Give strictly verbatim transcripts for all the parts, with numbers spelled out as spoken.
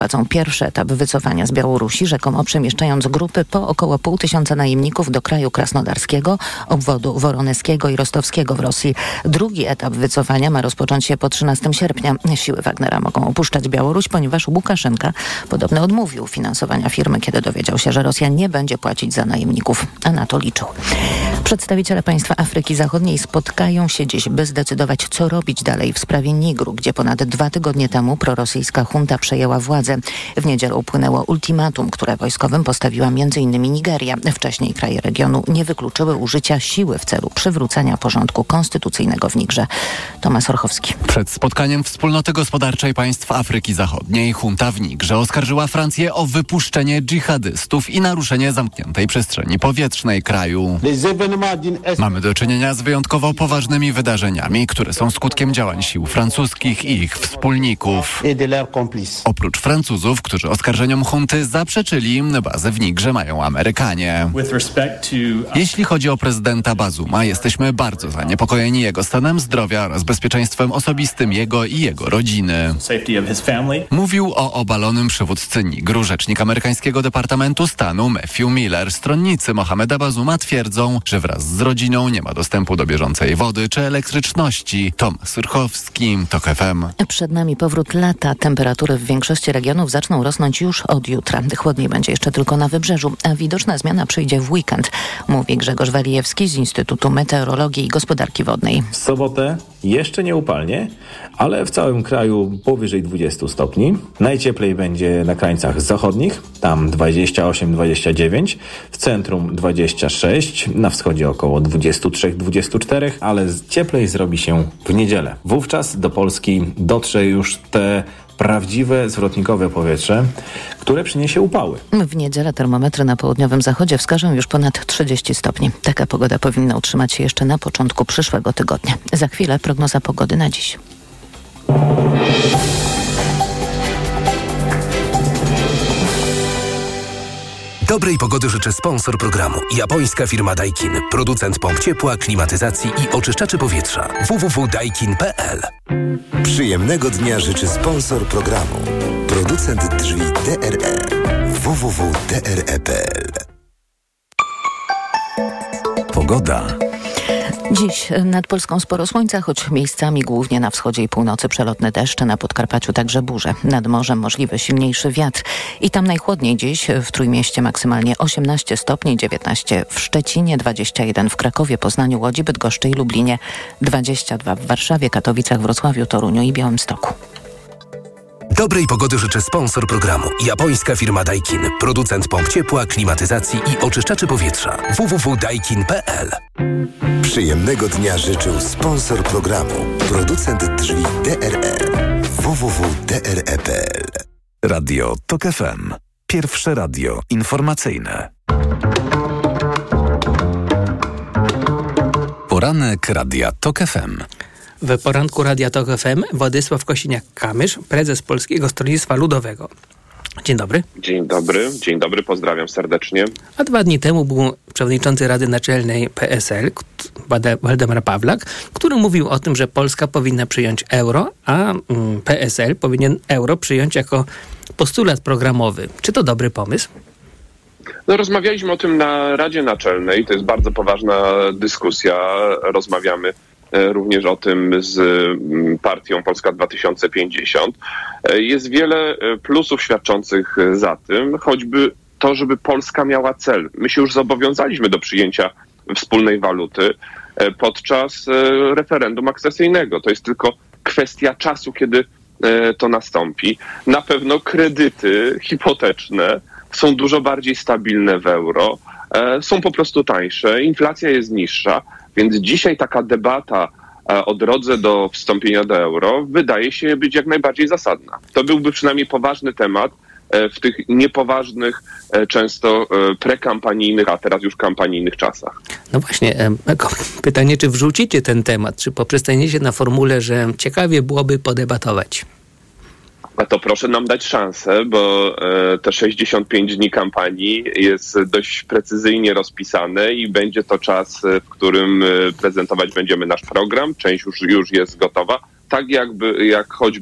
prowadzą pierwszy etap wycofania z Białorusi, rzekomo przemieszczając grupy po około pół tysiąca najemników do kraju krasnodarskiego, obwodu woronezkiego i rostowskiego w Rosji. Drugi etap wycofania ma rozpocząć się po trzynastego sierpnia. Siły Wagnera mogą opuszczać Białoruś, ponieważ Łukaszenka podobno odmówił finansowania firmy, kiedy dowiedział się, że Rosja nie będzie płacić za najemników, a na to liczył. Przedstawiciele państw Afryki Zachodniej spotkają się dziś, by zdecydować, co robić dalej w sprawie Nigru, gdzie ponad dwa tygodnie temu prorosyjska junta przejęła władzę. W niedzielę upłynęło ultimatum, które wojskowym postawiła między innymi Nigeria. Wcześniej kraje regionu nie wykluczyły użycia siły w celu przywrócenia porządku konstytucyjnego w Nigrze. Tomasz Orchowski. Przed spotkaniem Wspólnoty Gospodarczej Państw Afryki Zachodniej junta w Nigrze oskarżyła Francję o wypuszczenie dżihadystów i naruszenie zamkniętej przestrzeni powietrznej kraju. Mamy do czynienia z wyjątkowo poważnymi wydarzeniami, które są skutkiem działań sił francuskich i ich wspólników. Oprócz Francuzów, którzy oskarżeniom junty zaprzeczyli, bazę w Nigrze mają Amerykanie. Jeśli chodzi o prezydenta Bazuma, jesteśmy bardzo zaniepokojeni jego stanem zdrowia oraz bezpieczeństwem osobistym jego i jego rodziny. Mówił o obalonym przywódcy Nigru rzecznik amerykańskiego Departamentu Stanu Matthew Miller. Stronnicy Mohameda Bazuma twierdzą, że wraz z rodziną nie ma dostępu do bieżącej wody czy elektryczności. Tomasz Surchowski, TOK F M. Przed nami powrót lata. Temperatury w większości regionów zaczną rosnąć już od jutra. Chłodniej będzie jeszcze tylko na wybrzeżu, a widoczna zmiana przyjdzie w weekend, mówi Grzegorz Walijewski z Instytutu Meteorologii i Gospodarki Wodnej. W sobotę jeszcze nie upalnie, ale w całym kraju powyżej dwudziestu stopni. Najcieplej będzie na krańcach zachodnich, tam dwadzieścia osiem dwadzieścia dziewięć, w centrum dwadzieścia sześć, na wschodzie około dwadzieścia trzy dwadzieścia cztery, ale cieplej zrobi się w niedzielę. Wówczas do Polski dotrze już te prawdziwe, zwrotnikowe powietrze, które przyniesie upały. W niedzielę termometry na południowym zachodzie wskażą już ponad trzydzieści stopni. Taka pogoda powinna utrzymać się jeszcze na początku przyszłego tygodnia. Za chwilę prognoza pogody na dziś. Dobrej pogody życzę sponsor programu. Japońska firma Daikin. Producent pomp ciepła, klimatyzacji i oczyszczaczy powietrza. w w w kropka daikin kropka p l. Przyjemnego dnia życzy sponsor programu. Producent drzwi D R E. w w w kropka d r e kropka p l. Pogoda. Dziś nad Polską sporo słońca, choć miejscami głównie na wschodzie i północy przelotne deszcze, na Podkarpaciu także burze. Nad morzem możliwy silniejszy wiatr. I tam najchłodniej dziś w Trójmieście maksymalnie osiemnaście stopni, dziewiętnaście w Szczecinie, dwadzieścia jeden w Krakowie, Poznaniu, Łodzi, Bydgoszczy i Lublinie, dwadzieścia dwa w Warszawie, Katowicach, Wrocławiu, Toruniu i Białymstoku. Dobrej pogody życzę sponsor programu. Japońska firma Daikin. Producent pomp ciepła, klimatyzacji i oczyszczaczy powietrza. w w w kropka daikin kropka p l. Przyjemnego dnia życzył sponsor programu. Producent drzwi D R E. w w w kropka d r e kropka p l. Radio TOK F M. Pierwsze radio informacyjne. Poranek Radia TOK F M. W poranku Radia TOK F M Władysław Kosiniak-Kamysz, prezes Polskiego Stronnictwa Ludowego. Dzień dobry. Dzień dobry, dzień dobry, pozdrawiam serdecznie. A dwa dni temu był przewodniczący Rady Naczelnej P S L, Waldemar Pawlak, który mówił o tym, że Polska powinna przyjąć euro, a P S L powinien euro przyjąć jako postulat programowy. Czy to dobry pomysł? No, rozmawialiśmy o tym na Radzie Naczelnej, to jest bardzo poważna dyskusja, rozmawiamy również o tym z partią Polska dwa tysiące pięćdziesiąt. Jest wiele plusów świadczących za tym, choćby to, żeby Polska miała cel. My się już zobowiązaliśmy do przyjęcia wspólnej waluty podczas referendum akcesyjnego. To jest tylko kwestia czasu, kiedy to nastąpi. Na pewno kredyty hipoteczne są dużo bardziej stabilne w euro, są po prostu tańsze, inflacja jest niższa. Więc dzisiaj taka debata o drodze do wstąpienia do euro wydaje się być jak najbardziej zasadna. To byłby przynajmniej poważny temat w tych niepoważnych, często prekampanijnych, a teraz już kampanijnych czasach. No właśnie, pytanie, czy wrzucicie ten temat, czy poprzestaniecie na formule, że ciekawie byłoby podebatować? A to proszę nam dać szansę, bo te sześćdziesiąt pięć dni kampanii jest dość precyzyjnie rozpisane i będzie to czas, w którym prezentować będziemy nasz program. Część już, już jest gotowa, tak jakby, jak choćby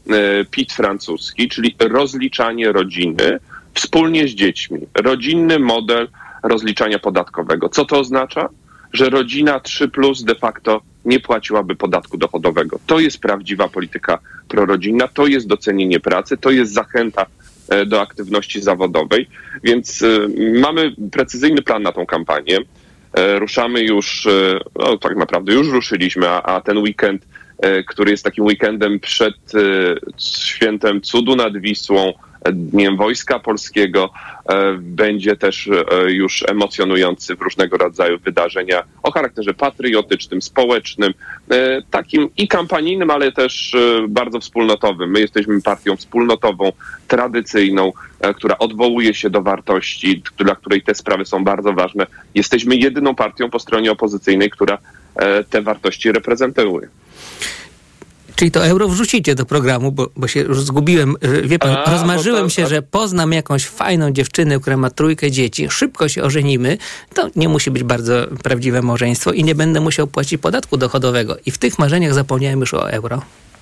P I T francuski, czyli rozliczanie rodziny wspólnie z dziećmi. Rodzinny model rozliczania podatkowego. Co to oznacza? Że rodzina trzy plus de facto nie płaciłaby podatku dochodowego. To jest prawdziwa polityka prorodzinna, to jest docenienie pracy, to jest zachęta do aktywności zawodowej, więc mamy precyzyjny plan na tą kampanię. Ruszamy już, no tak naprawdę już ruszyliśmy, a, a ten weekend, który jest takim weekendem przed świętem Cudu nad Wisłą, Dniem Wojska Polskiego, będzie też już emocjonujący w różnego rodzaju wydarzenia o charakterze patriotycznym, społecznym, takim i kampanijnym, ale też bardzo wspólnotowym. My jesteśmy partią wspólnotową, tradycyjną, która odwołuje się do wartości, dla której te sprawy są bardzo ważne. Jesteśmy jedyną partią po stronie opozycyjnej, która te wartości reprezentuje. Czyli to euro wrzucicie do programu, bo, bo się już zgubiłem. Wie pan, A, rozmarzyłem to, się, to... że poznam jakąś fajną dziewczynę, która ma trójkę dzieci, szybko się ożenimy, to nie musi być bardzo prawdziwe małżeństwo i nie będę musiał płacić podatku dochodowego. I w tych marzeniach zapomniałem już o euro.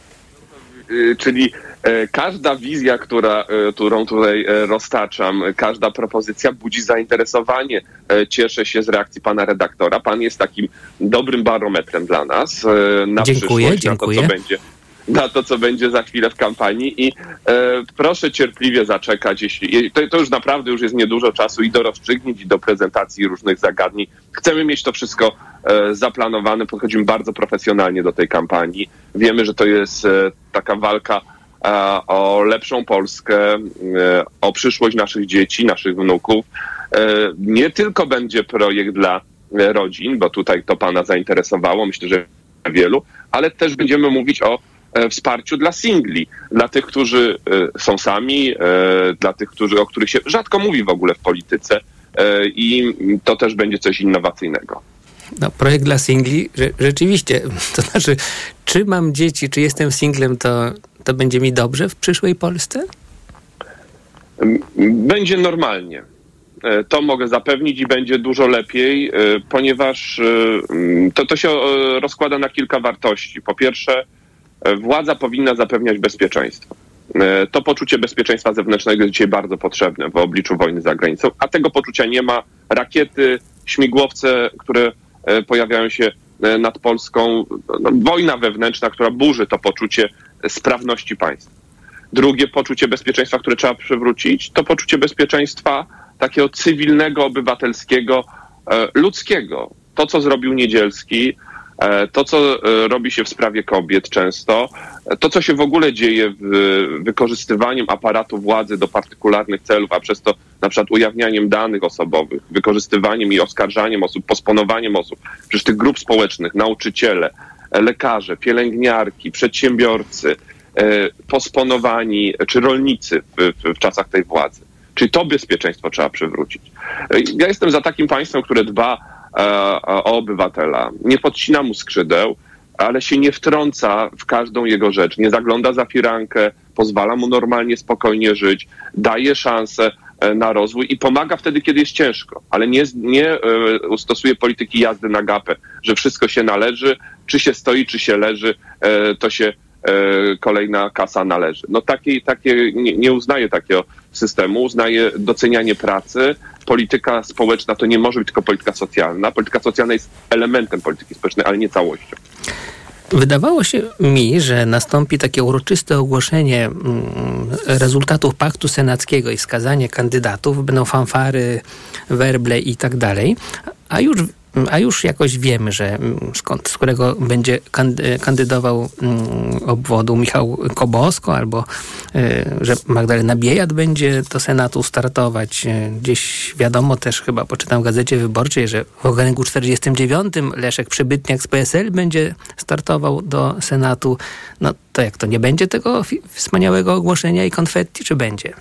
Czyli e, każda wizja, która, e, którą tutaj e, roztaczam, każda propozycja budzi zainteresowanie. E, cieszę się z reakcji pana redaktora. Pan jest takim dobrym barometrem dla nas e, na dziękuję, przyszłość, dziękuję. na to, co będzie, na to, co będzie za chwilę w kampanii i e, proszę cierpliwie zaczekać. Jeśli, to, to już naprawdę już jest niedużo czasu i do rozstrzygnięć, i do prezentacji różnych zagadnień. Chcemy mieć to wszystko e, zaplanowane. Podchodzimy bardzo profesjonalnie do tej kampanii. Wiemy, że to jest e, taka walka e, o lepszą Polskę, e, o przyszłość naszych dzieci, naszych wnuków. E, nie tylko będzie projekt dla e, rodzin, bo tutaj to pana zainteresowało, myślę, że wielu, ale też będziemy mówić o wsparciu dla singli, dla tych, którzy są sami, dla tych, którzy, o których się rzadko mówi w ogóle w polityce i to też będzie coś innowacyjnego. No, projekt dla singli, że, rzeczywiście, to znaczy, czy mam dzieci, czy jestem singlem, to, to będzie mi dobrze w przyszłej Polsce? Będzie normalnie. To mogę zapewnić i będzie dużo lepiej, ponieważ to, to się rozkłada na kilka wartości. Po pierwsze, władza powinna zapewniać bezpieczeństwo. To poczucie bezpieczeństwa zewnętrznego jest dzisiaj bardzo potrzebne w obliczu wojny za granicą, a tego poczucia nie ma. Rakiety, śmigłowce, które pojawiają się nad Polską, no, wojna wewnętrzna, która burzy to poczucie sprawności państwa. Drugie poczucie bezpieczeństwa, które trzeba przywrócić, to poczucie bezpieczeństwa takiego cywilnego, obywatelskiego, ludzkiego. To, co zrobił Niedzielski, to, co robi się w sprawie kobiet często, to, co się w ogóle dzieje w wykorzystywaniem aparatu władzy do partykularnych celów, a przez to na przykład ujawnianiem danych osobowych, wykorzystywaniem i oskarżaniem osób, posponowaniem osób, przecież tych grup społecznych, nauczyciele, lekarze, pielęgniarki, przedsiębiorcy, posponowani, czy rolnicy w, w, w czasach tej władzy. Czyli to bezpieczeństwo trzeba przywrócić. Ja jestem za takim państwem, które dba o obywatela, nie podcina mu skrzydeł, ale się nie wtrąca w każdą jego rzecz, nie zagląda za firankę, pozwala mu normalnie, spokojnie żyć, daje szansę na rozwój i pomaga wtedy, kiedy jest ciężko, ale nie, nie stosuje polityki jazdy na gapę, że wszystko się należy, czy się stoi, czy się leży, to się kolejna kasa należy. No takie, takie nie, nie uznaję takiego systemu, uznaję docenianie pracy. Polityka społeczna to nie może być tylko polityka socjalna. Polityka socjalna jest elementem polityki społecznej, ale nie całością. Wydawało się mi, że nastąpi takie uroczyste ogłoszenie rezultatów paktu senackiego i wskazanie kandydatów, będą fanfary, werble i tak dalej, a już A już jakoś wiemy, że skąd, z którego będzie kandydował obwodu Michał Kobosko, albo że Magdalena Biejat będzie do Senatu startować. Gdzieś wiadomo też, chyba poczytam w Gazecie Wyborczej, że w okręgu czterdziestym dziewiątym Leszek Przybytniak z P S L będzie startował do Senatu. No to jak to, nie będzie tego wspaniałego ogłoszenia i konfetti, czy będzie?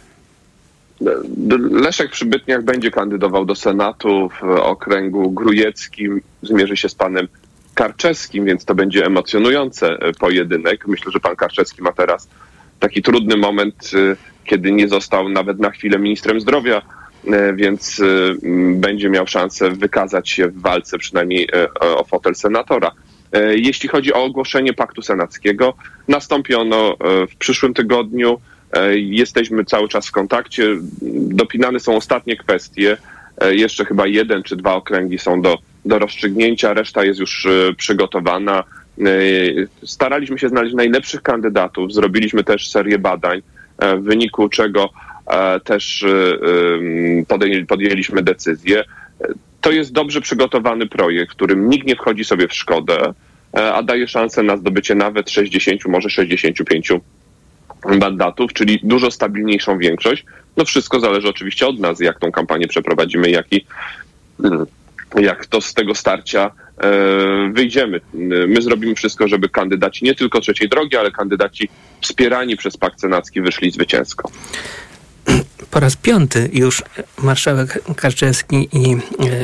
Leszek Przybytniak będzie kandydował do Senatu w okręgu grujeckim, zmierzy się z panem Karczewskim, więc to będzie emocjonujący pojedynek. Myślę, że pan Karczewski ma teraz taki trudny moment, kiedy nie został nawet na chwilę ministrem zdrowia, więc będzie miał szansę wykazać się w walce przynajmniej o fotel senatora. Jeśli chodzi o ogłoszenie paktu senackiego, nastąpi ono w przyszłym tygodniu. Jesteśmy cały czas w kontakcie. Dopinane są ostatnie kwestie. Jeszcze chyba jeden czy dwa okręgi są do, do rozstrzygnięcia. Reszta jest już przygotowana. Staraliśmy się znaleźć najlepszych kandydatów. Zrobiliśmy też serię badań, w wyniku czego też podjęliśmy decyzję. To jest dobrze przygotowany projekt, w którym nikt nie wchodzi sobie w szkodę, a daje szansę na zdobycie nawet sześćdziesiąt, może sześćdziesiąt pięć mandatów, czyli dużo stabilniejszą większość. No wszystko zależy oczywiście od nas, jak tą kampanię przeprowadzimy, jak, i, jak to z tego starcia wyjdziemy. My zrobimy wszystko, żeby kandydaci nie tylko trzeciej drogi, ale kandydaci wspierani przez pakt senacki wyszli zwycięsko. Po raz piąty już marszałek Karczewski i,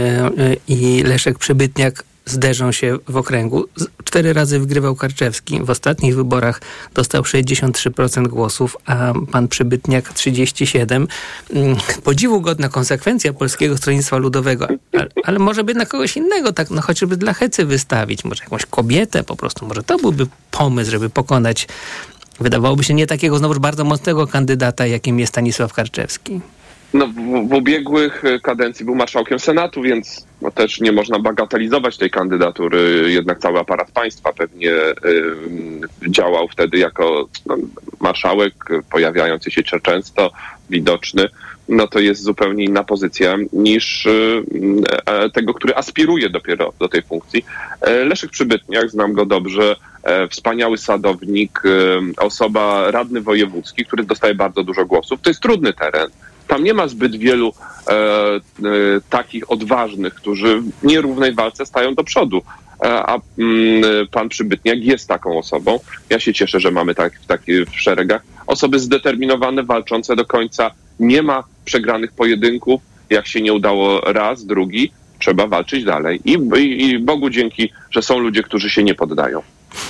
i Leszek Przybytniak zderzą się w okręgu. Cztery razy wygrywał Karczewski. W ostatnich wyborach dostał sześćdziesiąt trzy procent głosów, a pan Przybytniak trzydzieści siedem procent. Podziwu godna konsekwencja Polskiego Stronnictwa Ludowego, ale, ale może by na kogoś innego, tak no chociażby dla hecy wystawić, może jakąś kobietę po prostu. Może to byłby pomysł, żeby pokonać, wydawałoby się, nie takiego znowuż bardzo mocnego kandydata, jakim jest Stanisław Karczewski. No, w, w ubiegłych kadencji był marszałkiem Senatu, więc no, też nie można bagatelizować tej kandydatury. Jednak cały aparat państwa pewnie y, działał wtedy jako no, marszałek, pojawiający się często, widoczny. No to jest zupełnie inna pozycja niż y, y, tego, który aspiruje dopiero do tej funkcji. Leszek Przybytniak, znam go dobrze, y, wspaniały sadownik, y, osoba, radny wojewódzki, który dostaje bardzo dużo głosów. To jest trudny teren. Tam nie ma zbyt wielu e, e, takich odważnych, którzy w nierównej walce stają do przodu. E, a m, pan Przybytniak jest taką osobą. Ja się cieszę, że mamy tak, taki w szeregach osoby zdeterminowane, walczące do końca. Nie ma przegranych pojedynków. Jak się nie udało raz, drugi, trzeba walczyć dalej. I, i, i Bogu dzięki, że są ludzie, którzy się nie poddają.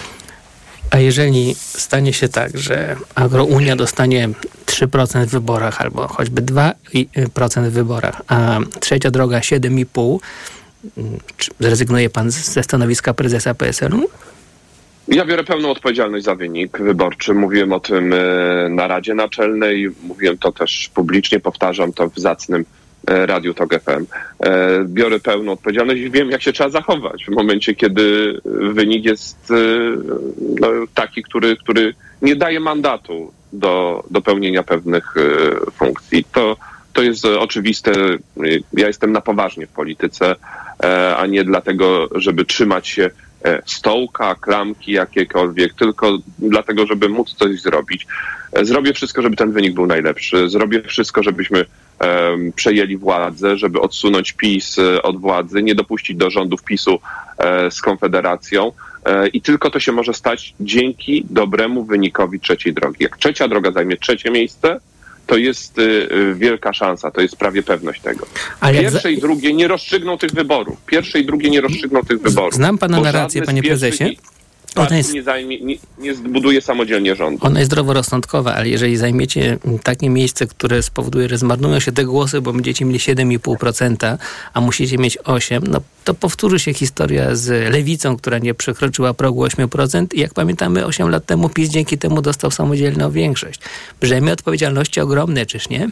A jeżeli stanie się tak, że Agrounia dostanie trzy procent w wyborach albo choćby dwa procent w wyborach, a Trzecia Droga siedem i pół procent, czy zrezygnuje pan ze stanowiska prezesa P S L-u? Ja biorę pełną odpowiedzialność za wynik wyborczy. Mówiłem o tym na Radzie Naczelnej, mówiłem to też publicznie, powtarzam to w zacnym Radiu Tok F M. Biorę pełną odpowiedzialność i wiem, jak się trzeba zachować w momencie, kiedy wynik jest no, taki, który, który nie daje mandatu do, do pełnienia pewnych funkcji. To, to jest oczywiste. Ja jestem na poważnie w polityce, a nie dlatego, żeby trzymać się stołka, klamki jakiekolwiek, tylko dlatego, żeby móc coś zrobić. Zrobię wszystko, żeby ten wynik był najlepszy. Zrobię wszystko, żebyśmy um, przejęli władzę, żeby odsunąć PiS od władzy, nie dopuścić do rządów PiSu e, z Konfederacją. E, I tylko to się może stać dzięki dobremu wynikowi Trzeciej Drogi. Jak Trzecia Droga zajmie trzecie miejsce, to jest y, wielka szansa, to jest prawie pewność tego. Ale Pierwsze i drugie nie rozstrzygną tych wyborów. Pierwsze i drugie nie rozstrzygną tych wyborów. Znam pana narrację, panie prezesie. Ona jest, nie, zajmie, nie, nie zbuduje samodzielnie rządu. Ona jest zdroworozsądkowa, ale jeżeli zajmiecie takie miejsce, które spowoduje, że zmarnują się te głosy, bo będziecie mieli siedem i pół procent, a musicie mieć osiem procent, no to powtórzy się historia z Lewicą, która nie przekroczyła progu osiem procent i jak pamiętamy, osiem lat temu PiS dzięki temu dostał samodzielną większość. Brzemię odpowiedzialności ogromne, czyż nie?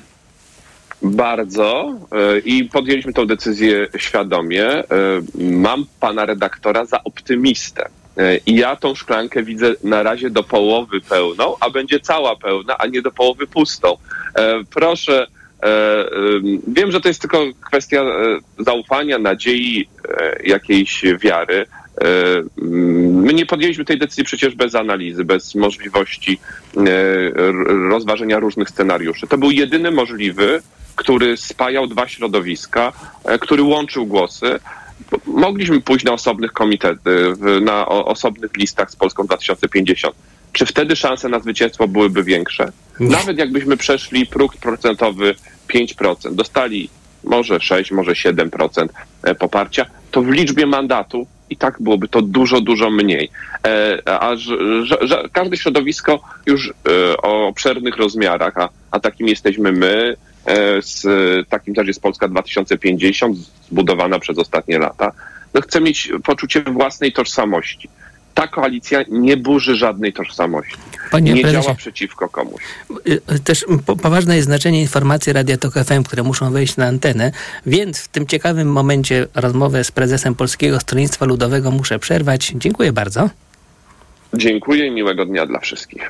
Bardzo i podjęliśmy tę decyzję świadomie. Mam pana redaktora za optymistę. I ja tą szklankę widzę na razie do połowy pełną, a będzie cała pełna, a nie do połowy pustą. E, proszę, e, e, wiem, że to jest tylko kwestia e, zaufania, nadziei, e, jakiejś wiary. E, my nie podjęliśmy tej decyzji przecież bez analizy, bez możliwości e, rozważenia różnych scenariuszy. To był jedyny możliwy, który spajał dwa środowiska, e, który łączył głosy. Mogliśmy pójść na osobnych komitetach, na osobnych listach z Polską dwa tysiące pięćdziesiąt. Czy wtedy szanse na zwycięstwo byłyby większe? Nawet jakbyśmy przeszli próg procentowy pięć procent, dostali może sześć, może siedem procent poparcia, to w liczbie mandatu i tak byłoby to dużo, dużo mniej. A że, że, że każde środowisko już o obszernych rozmiarach, a, a takim jesteśmy my, z takim też jest Polska dwa tysiące pięćdziesiąt, zbudowana przez ostatnie lata, no, chce mieć poczucie własnej tożsamości. Ta koalicja nie burzy żadnej tożsamości. Panie nie prezesie, działa przeciwko komuś. Też poważne jest znaczenie informacji Radia Tok F M, które muszą wejść na antenę, więc w tym ciekawym momencie rozmowę z prezesem Polskiego Stronnictwa Ludowego muszę przerwać. Dziękuję bardzo. Dziękuję i miłego dnia dla wszystkich.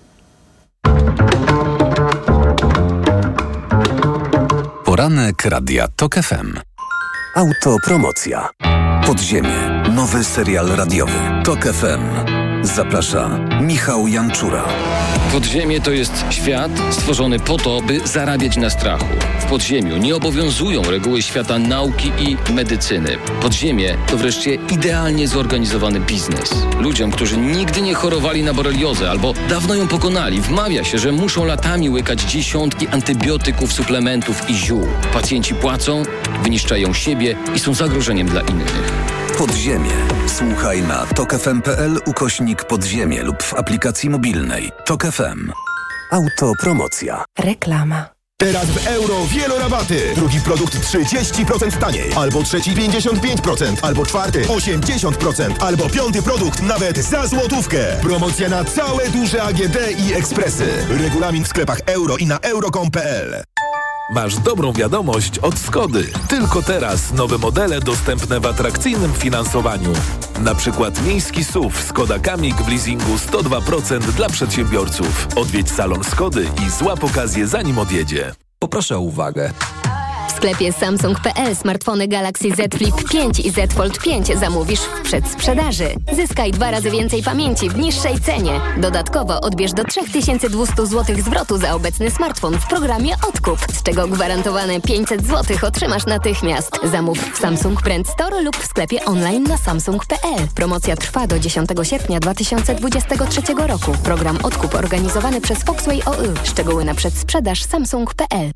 Poranek Radia Tok F M. Autopromocja. Podziemie. Nowy serial radiowy. Tok F M. Zaprasza Michał Janczura. Podziemie to jest świat stworzony po to, by zarabiać na strachu. W podziemiu nie obowiązują reguły świata nauki i medycyny. Podziemie to wreszcie idealnie zorganizowany biznes. Ludziom, którzy nigdy nie chorowali na boreliozę albo dawno ją pokonali, wmawia się, że muszą latami łykać dziesiątki antybiotyków, suplementów i ziół. Pacjenci płacą, wyniszczają siebie i są zagrożeniem dla innych. Podziemie. Słuchaj na tokfm.pl ukośnik podziemie lub w aplikacji mobilnej. Tok F M. Autopromocja. Reklama. Teraz w euro wielorabaty. Drugi produkt trzydzieści procent taniej. Albo trzeci pięćdziesiąt pięć procent. Albo czwarty osiemdziesiąt procent. Albo piąty produkt nawet za złotówkę. Promocja na całe duże A G D i ekspresy. Regulamin w sklepach euro i na euro kropka com kropka p l. Masz dobrą wiadomość od Skody. Tylko teraz nowe modele dostępne w atrakcyjnym finansowaniu. Na przykład miejski S U V Skoda Kamiq w leasingu sto dwa procent dla przedsiębiorców. Odwiedź salon Skody i złap okazję zanim odjedzie. Poproszę o uwagę. W sklepie samsung kropka p l smartfony Galaxy Z Flip pięć i Z Fold pięć zamówisz w przedsprzedaży. Zyskaj dwa razy więcej pamięci w niższej cenie. Dodatkowo odbierz do trzy tysiące dwieście złotych zwrotu za obecny smartfon w programie Odkup, z czego gwarantowane pięćset złotych otrzymasz natychmiast. Zamów w Samsung Brand Store lub w sklepie online na samsung kropka p l. Promocja trwa do dziesiątego sierpnia dwa tysiące dwudziestego trzeciego roku. Program Odkup organizowany przez Foxway O Y. Szczegóły na przedsprzedaż samsung kropka p l.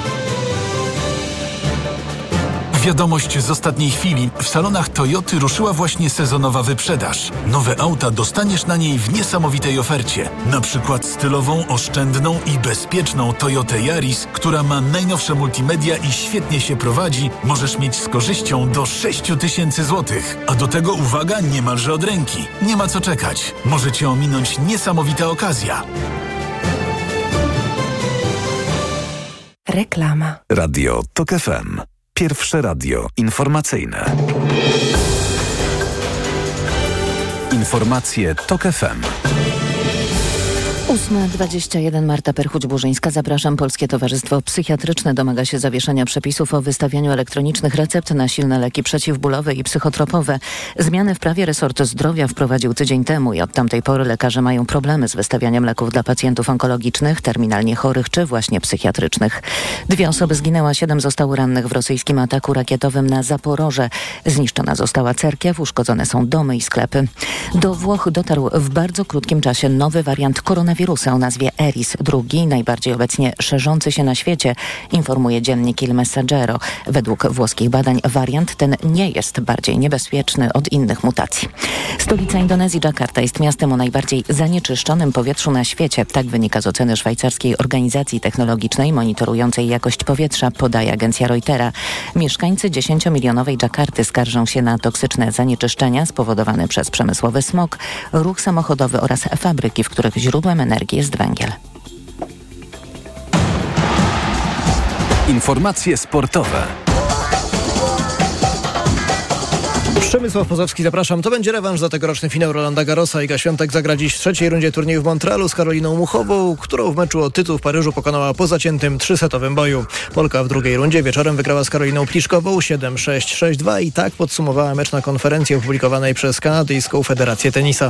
Wiadomość z ostatniej chwili. W salonach Toyoty ruszyła właśnie sezonowa wyprzedaż. Nowe auta dostaniesz na niej w niesamowitej ofercie. Na przykład stylową, oszczędną i bezpieczną Toyotę Yaris, która ma najnowsze multimedia i świetnie się prowadzi, możesz mieć z korzyścią do sześć tysięcy złotych. A do tego, uwaga, niemalże od ręki. Nie ma co czekać. Może cię ominąć niesamowita okazja. Reklama. Radio Tok F M. Pierwsze radio informacyjne. Informacje Tok F M. ósma dwadzieścia jeden, Marta Perchuć-Burzyńska. Zapraszam. Polskie Towarzystwo Psychiatryczne domaga się zawieszenia przepisów o wystawianiu elektronicznych recept na silne leki przeciwbólowe i psychotropowe. Zmiany w prawie resort zdrowia wprowadził tydzień temu i od tamtej pory lekarze mają problemy z wystawianiem leków dla pacjentów onkologicznych, terminalnie chorych czy właśnie psychiatrycznych. Dwie osoby zginęły, a siedem zostało rannych w rosyjskim ataku rakietowym na Zaporoże. Zniszczona została cerkiew, uszkodzone są domy i sklepy. Do Włoch dotarł w bardzo krótkim czasie nowy wariant koronawirusa o nazwie Eris, drugi, najbardziej obecnie szerzący się na świecie, informuje dziennik Il Messaggero. Według włoskich badań wariant ten nie jest bardziej niebezpieczny od innych mutacji. Stolica Indonezji, Dżakarta, jest miastem o najbardziej zanieczyszczonym powietrzu na świecie. Tak wynika z oceny szwajcarskiej organizacji technologicznej monitorującej jakość powietrza, podaje agencja Reutera. Mieszkańcy dziesięciomilionowej Dżakarty skarżą się na toksyczne zanieczyszczenia spowodowane przez przemysłowy smog, ruch samochodowy oraz fabryki, w których źródłem energii jest węgiel. Informacje sportowe. Przemysław Pozowski, zapraszam. To będzie rewanż za tegoroczny finał Rolanda Garrosa. Iga Świątek zagra dziś w trzeciej rundzie turnieju w Montrealu z Karoliną Muchową, którą w meczu o tytuł w Paryżu pokonała po zaciętym trzysetowym boju. Polka w drugiej rundzie wieczorem wygrała z Karoliną Pliszkową siedem sześć sześć dwa i tak podsumowała mecz na konferencji opublikowanej przez Kanadyjską Federację Tenisa.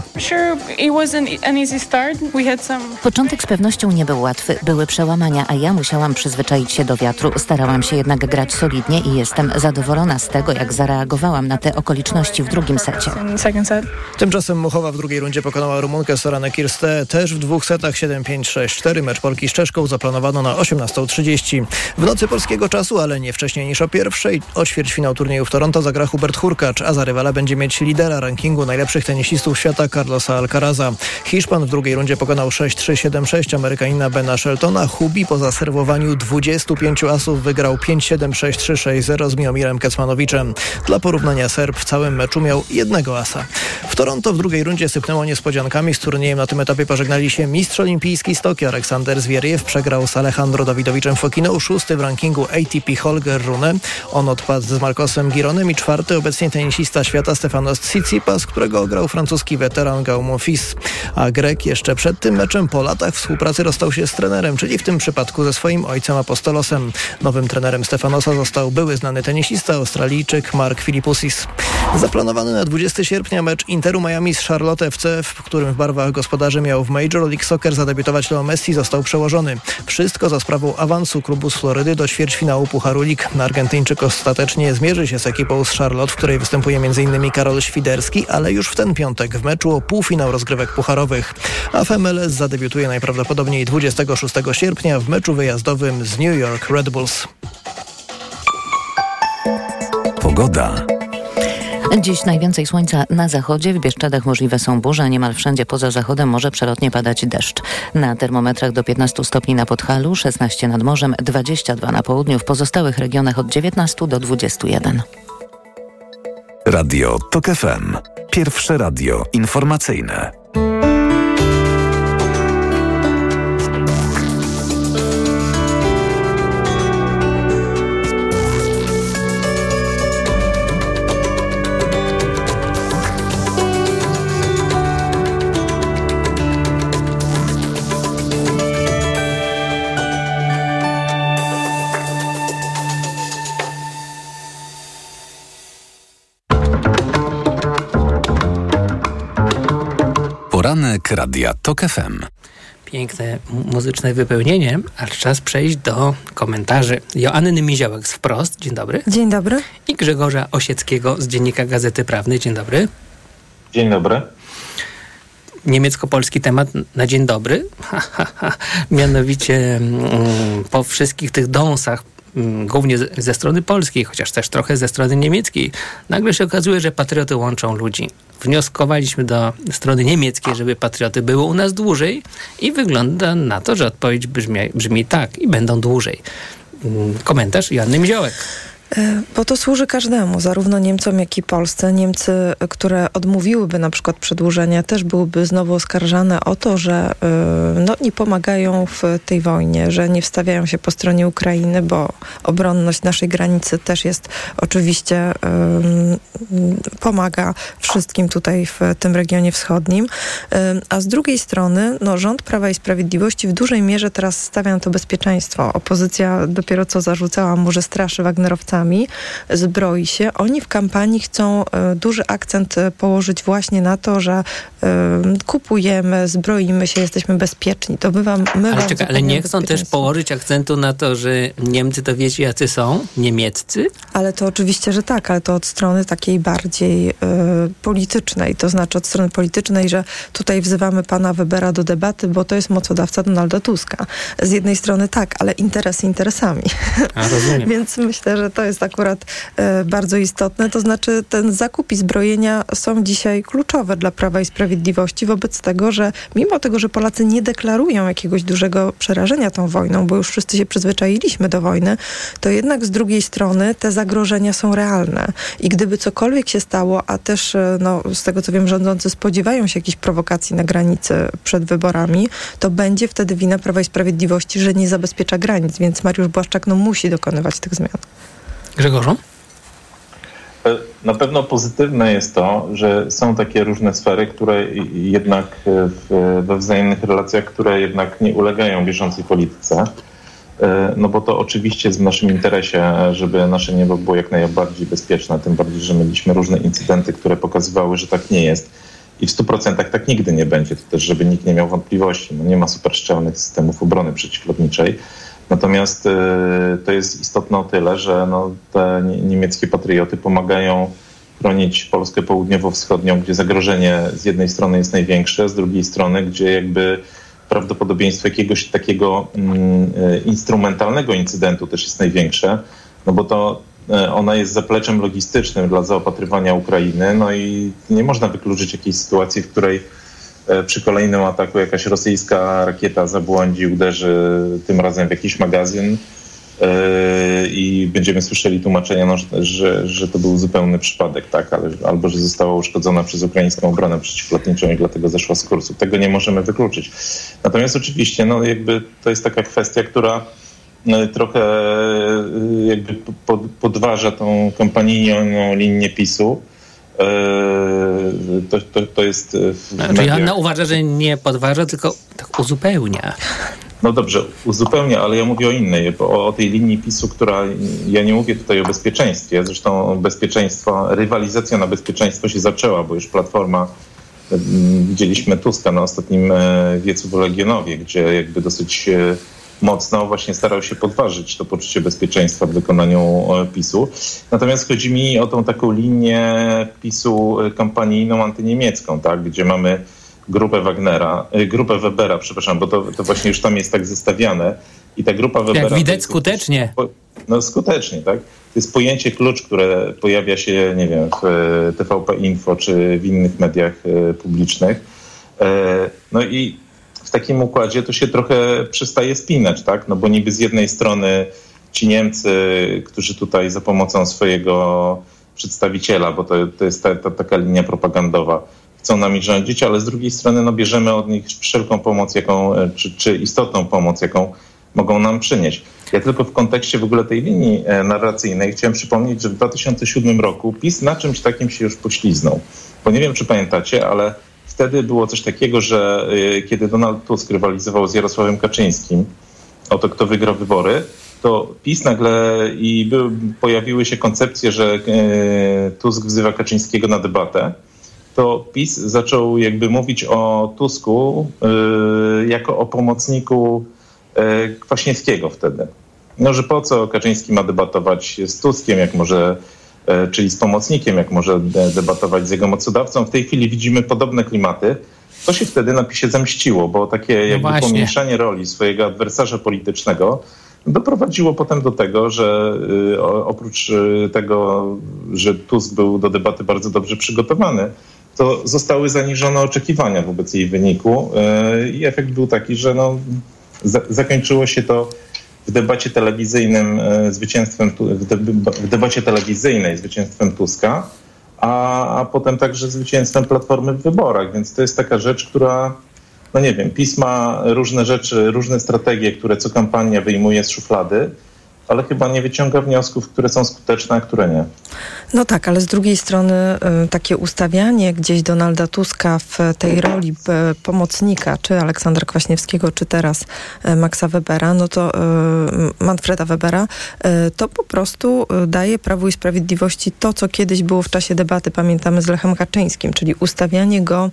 Początek z pewnością nie był łatwy. Były przełamania, a ja musiałam przyzwyczaić się do wiatru. Starałam się jednak grać solidnie i jestem zadowolona z tego, jak zareagowałam na te okoliczności w drugim secie. Tymczasem Muchowa w drugiej rundzie pokonała Rumunkę Soranę Kirste też w dwóch setach siedem pięć sześć cztery. Mecz Polki z Czeszką zaplanowano na osiemnasta trzydzieści. W nocy polskiego czasu, ale nie wcześniej niż o pierwszej, o ćwierćfinał turnieju w Toronto zagra Hubert Hurkacz, a za rywala będzie mieć lidera rankingu najlepszych tenisistów świata Carlosa Alcaraza. Hiszpan w drugiej rundzie pokonał sześć trzy siedem sześć Amerykanina Bena Sheltona. Hubi po zaserwowaniu dwudziestu pięciu asów wygrał pięć siedem sześć trzy sześć zero z Miomirem Kecmanowiczem. Dla porównania Serb w całym meczu miał jednego asa. W Toronto w drugiej rundzie sypnęło niespodziankami. Z turniejem na tym etapie pożegnali się mistrz olimpijski z Tokio Aleksander Zwieriew. Przegrał z Alejandro Dawidowiczem Fokino, szósty w rankingu A T P Holger Rune. On odpadł z Marcosem Gironem i czwarty obecnie tenisista świata Stefanos Tsitsipas, którego ograł francuski weteran Gaumont Fils. A Grek jeszcze przed tym meczem po latach współpracy rozstał się z trenerem, czyli w tym przypadku ze swoim ojcem Apostolosem. Nowym trenerem Stefanosa został były znany tenisista Australijczyk Mark Philippoussis. Zaplanowany na dwudziestego sierpnia mecz Interu Miami z Charlotte F C, w którym w barwach gospodarzy miał w Major League Soccer zadebiutować Leo Messi, został przełożony. Wszystko za sprawą awansu klubu z Florydy do ćwierćfinału Pucharu League. Argentyńczyk ostatecznie zmierzy się z ekipą z Charlotte, w której występuje m.in. Karol Świderski, ale już w ten piątek w meczu o półfinał rozgrywek pucharowych. A w M L S zadebiutuje najprawdopodobniej dwudziestego szóstego sierpnia w meczu wyjazdowym z New York Red Bulls. Pogoda. Dziś najwięcej słońca na zachodzie, w Bieszczadach możliwe są burze, niemal wszędzie poza zachodem może przelotnie padać deszcz. Na termometrach do piętnastu stopni na Podhalu, szesnaście nad morzem, dwadzieścia dwa na południu, w pozostałych regionach od dziewiętnastu do dwudziestu jeden. Radio TOK F M. Pierwsze radio informacyjne. Poranek Radia TOK F M. Piękne muzyczne wypełnienie, ale czas przejść do komentarzy. Joanny Miziołek z Wprost. Dzień dobry. Dzień dobry. I Grzegorza Osieckiego z Dziennika Gazety Prawnej. Dzień dobry. Dzień dobry. Niemiecko-polski temat na dzień dobry. Ha, ha, ha. Mianowicie mm, po wszystkich tych dąsach, mm, głównie z, ze strony polskiej, chociaż też trochę ze strony niemieckiej, nagle się okazuje, że patrioty łączą ludzi. Wnioskowaliśmy do strony niemieckiej, żeby patrioty były u nas dłużej i wygląda na to, że odpowiedź brzmi, brzmi tak i będą dłużej. Komentarz Joanny Miziołek. Bo to służy każdemu, zarówno Niemcom, jak i Polsce. Niemcy, które odmówiłyby na przykład przedłużenia, też byłyby znowu oskarżane o to, że no, nie pomagają w tej wojnie, że nie wstawiają się po stronie Ukrainy, bo obronność naszej granicy też jest oczywiście um, pomaga wszystkim tutaj w tym regionie wschodnim. Um, a z drugiej strony no, rząd Prawa i Sprawiedliwości w dużej mierze teraz stawia na to bezpieczeństwo. Opozycja dopiero co zarzucała mu, że straszy wagnerowcami, zbroi się. Oni w kampanii chcą e, duży akcent e, położyć właśnie na to, że e, kupujemy, zbroimy się, jesteśmy bezpieczni. To bywa, my ale czekaj, ale nie chcą też położyć akcentu na to, że Niemcy to wiecie jacy są? Niemieccy? Ale to oczywiście, że tak, ale to od strony takiej bardziej e, politycznej. To znaczy od strony politycznej, że tutaj wzywamy pana Webera do debaty, bo to jest mocodawca Donalda Tuska. Z jednej strony tak, ale interesy interesami. A, rozumiem. Więc myślę, że to jest akurat e, bardzo istotne. To znaczy ten zakup i zbrojenia są dzisiaj kluczowe dla Prawa i Sprawiedliwości wobec tego, że mimo tego, że Polacy nie deklarują jakiegoś dużego przerażenia tą wojną, bo już wszyscy się przyzwyczailiśmy do wojny, to jednak z drugiej strony te zagrożenia są realne. I gdyby cokolwiek się stało, a też no, z tego co wiem, rządzący spodziewają się jakichś prowokacji na granicy przed wyborami, to będzie wtedy wina Prawa i Sprawiedliwości, że nie zabezpiecza granic, więc Mariusz Błaszczak no, musi dokonywać tych zmian. Grzegorzu? Na pewno pozytywne jest to, że są takie różne sfery, które jednak w, we wzajemnych relacjach, które jednak nie ulegają bieżącej polityce. No bo to oczywiście jest w naszym interesie, żeby nasze niebo było jak najbardziej bezpieczne, tym bardziej, że mieliśmy różne incydenty, które pokazywały, że tak nie jest. I w stu procentach tak nigdy nie będzie. To też, żeby nikt nie miał wątpliwości. No nie ma super szczelnych systemów obrony przeciwlotniczej. Natomiast y, to jest istotne o tyle, że no, te niemieckie patrioty pomagają chronić Polskę południowo-wschodnią, gdzie zagrożenie z jednej strony jest największe, z drugiej strony, gdzie jakby prawdopodobieństwo jakiegoś takiego y, instrumentalnego incydentu też jest największe, no bo to y, ona jest zapleczem logistycznym dla zaopatrywania Ukrainy, no i nie można wykluczyć jakiejś sytuacji, w której przy kolejnym ataku jakaś rosyjska rakieta zabłądzi, uderzy tym razem w jakiś magazyn i będziemy słyszeli tłumaczenia, no, że, że to był zupełny przypadek, tak? Ale, albo że została uszkodzona przez ukraińską obronę przeciwlotniczą i dlatego zeszła z kursu. Tego nie możemy wykluczyć. Natomiast oczywiście no, jakby to jest taka kwestia, która trochę jakby podważa tą kampanijną linię PiSu. To, to, to jest w znaczy, mediach... Joanna uważa, że nie podważa, tylko tak uzupełnia. No dobrze, uzupełnia, ale ja mówię o innej, o, o tej linii PiSu, która, ja nie mówię tutaj o bezpieczeństwie, zresztą bezpieczeństwo, rywalizacja na bezpieczeństwo się zaczęła, bo już Platforma, widzieliśmy Tuska na ostatnim wiecu w Legionowie, gdzie jakby dosyć mocno właśnie starał się podważyć to poczucie bezpieczeństwa w wykonaniu PiSu. Natomiast chodzi mi o tą taką linię PiSu kampanijną antyniemiecką, tak, gdzie mamy grupę Wagnera, grupę Webera, przepraszam, bo to, to właśnie już tam jest tak zestawiane. I ta grupa Webera... Jak widać skutecznie. No skutecznie, tak. To jest pojęcie klucz, które pojawia się, nie wiem, w T V P Info czy w innych mediach publicznych. No i w takim układzie to się trochę przestaje spinać, tak? No bo niby z jednej strony ci Niemcy, którzy tutaj za pomocą swojego przedstawiciela, bo to, to jest ta, ta, taka linia propagandowa, chcą nami rządzić, ale z drugiej strony no, bierzemy od nich wszelką pomoc, jaką, czy, czy istotną pomoc, jaką mogą nam przynieść. Ja tylko w kontekście w ogóle tej linii narracyjnej chciałem przypomnieć, że w dwa tysiące siódmym roku PiS na czymś takim się już pośliznął. Bo nie wiem, czy pamiętacie, ale wtedy było coś takiego, że kiedy Donald Tusk rywalizował z Jarosławem Kaczyńskim o to, kto wygra wybory, to PiS nagle i by, pojawiły się koncepcje, że Tusk wzywa Kaczyńskiego na debatę. To PiS zaczął jakby mówić o Tusku yy, jako o pomocniku yy, Kwaśniewskiego wtedy. No, że po co Kaczyński ma debatować z Tuskiem, jak może, yy, czyli z pomocnikiem, jak może de- debatować z jego mocodawcą. W tej chwili widzimy podobne klimaty. To się wtedy na PiSie zemściło, bo takie jakby no pomniejszanie roli swojego adwersarza politycznego doprowadziło potem do tego, że yy, oprócz yy, tego, że Tusk był do debaty bardzo dobrze przygotowany, to zostały zaniżone oczekiwania wobec jej wyniku i efekt był taki, że no, za, zakończyło się to w debacie telewizyjnym zwycięstwem, w, de, w debacie telewizyjnej zwycięstwem Tuska, a, a potem także zwycięstwem Platformy w wyborach, więc to jest taka rzecz, która, no nie wiem, PiS ma różne rzeczy, różne strategie, które co kampania wyjmuje z szuflady, ale chyba nie wyciąga wniosków, które są skuteczne, a które nie. No tak, ale z drugiej strony y, takie ustawianie gdzieś Donalda Tuska w tej roli y, pomocnika, czy Aleksandra Kwaśniewskiego, czy teraz y, Maxa Webera, no to y, Manfreda Webera, y, to po prostu y, daje Prawu i Sprawiedliwości to, co kiedyś było w czasie debaty, pamiętamy, z Lechem Kaczyńskim, czyli ustawianie go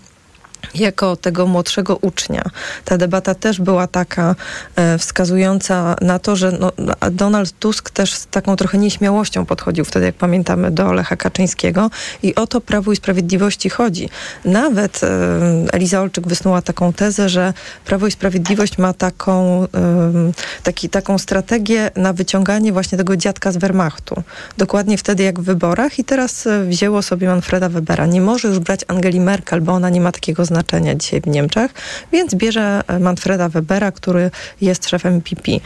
jako tego młodszego ucznia. Ta debata też była taka e, wskazująca na to, że no, Donald Tusk też z taką trochę nieśmiałością podchodził wtedy, jak pamiętamy, do Lecha Kaczyńskiego i o to Prawu i Sprawiedliwości chodzi. Nawet e, Eliza Olczyk wysnuła taką tezę, że Prawo i Sprawiedliwość ma taką, e, taki, taką strategię na wyciąganie właśnie tego dziadka z Wehrmachtu. Dokładnie wtedy jak w wyborach i teraz wzięło sobie Manfreda Webera. Nie może już brać Angeli Merkel, bo ona nie ma takiego znaczenia dzisiaj w Niemczech, więc bierze Manfreda Webera, który jest szefem P P.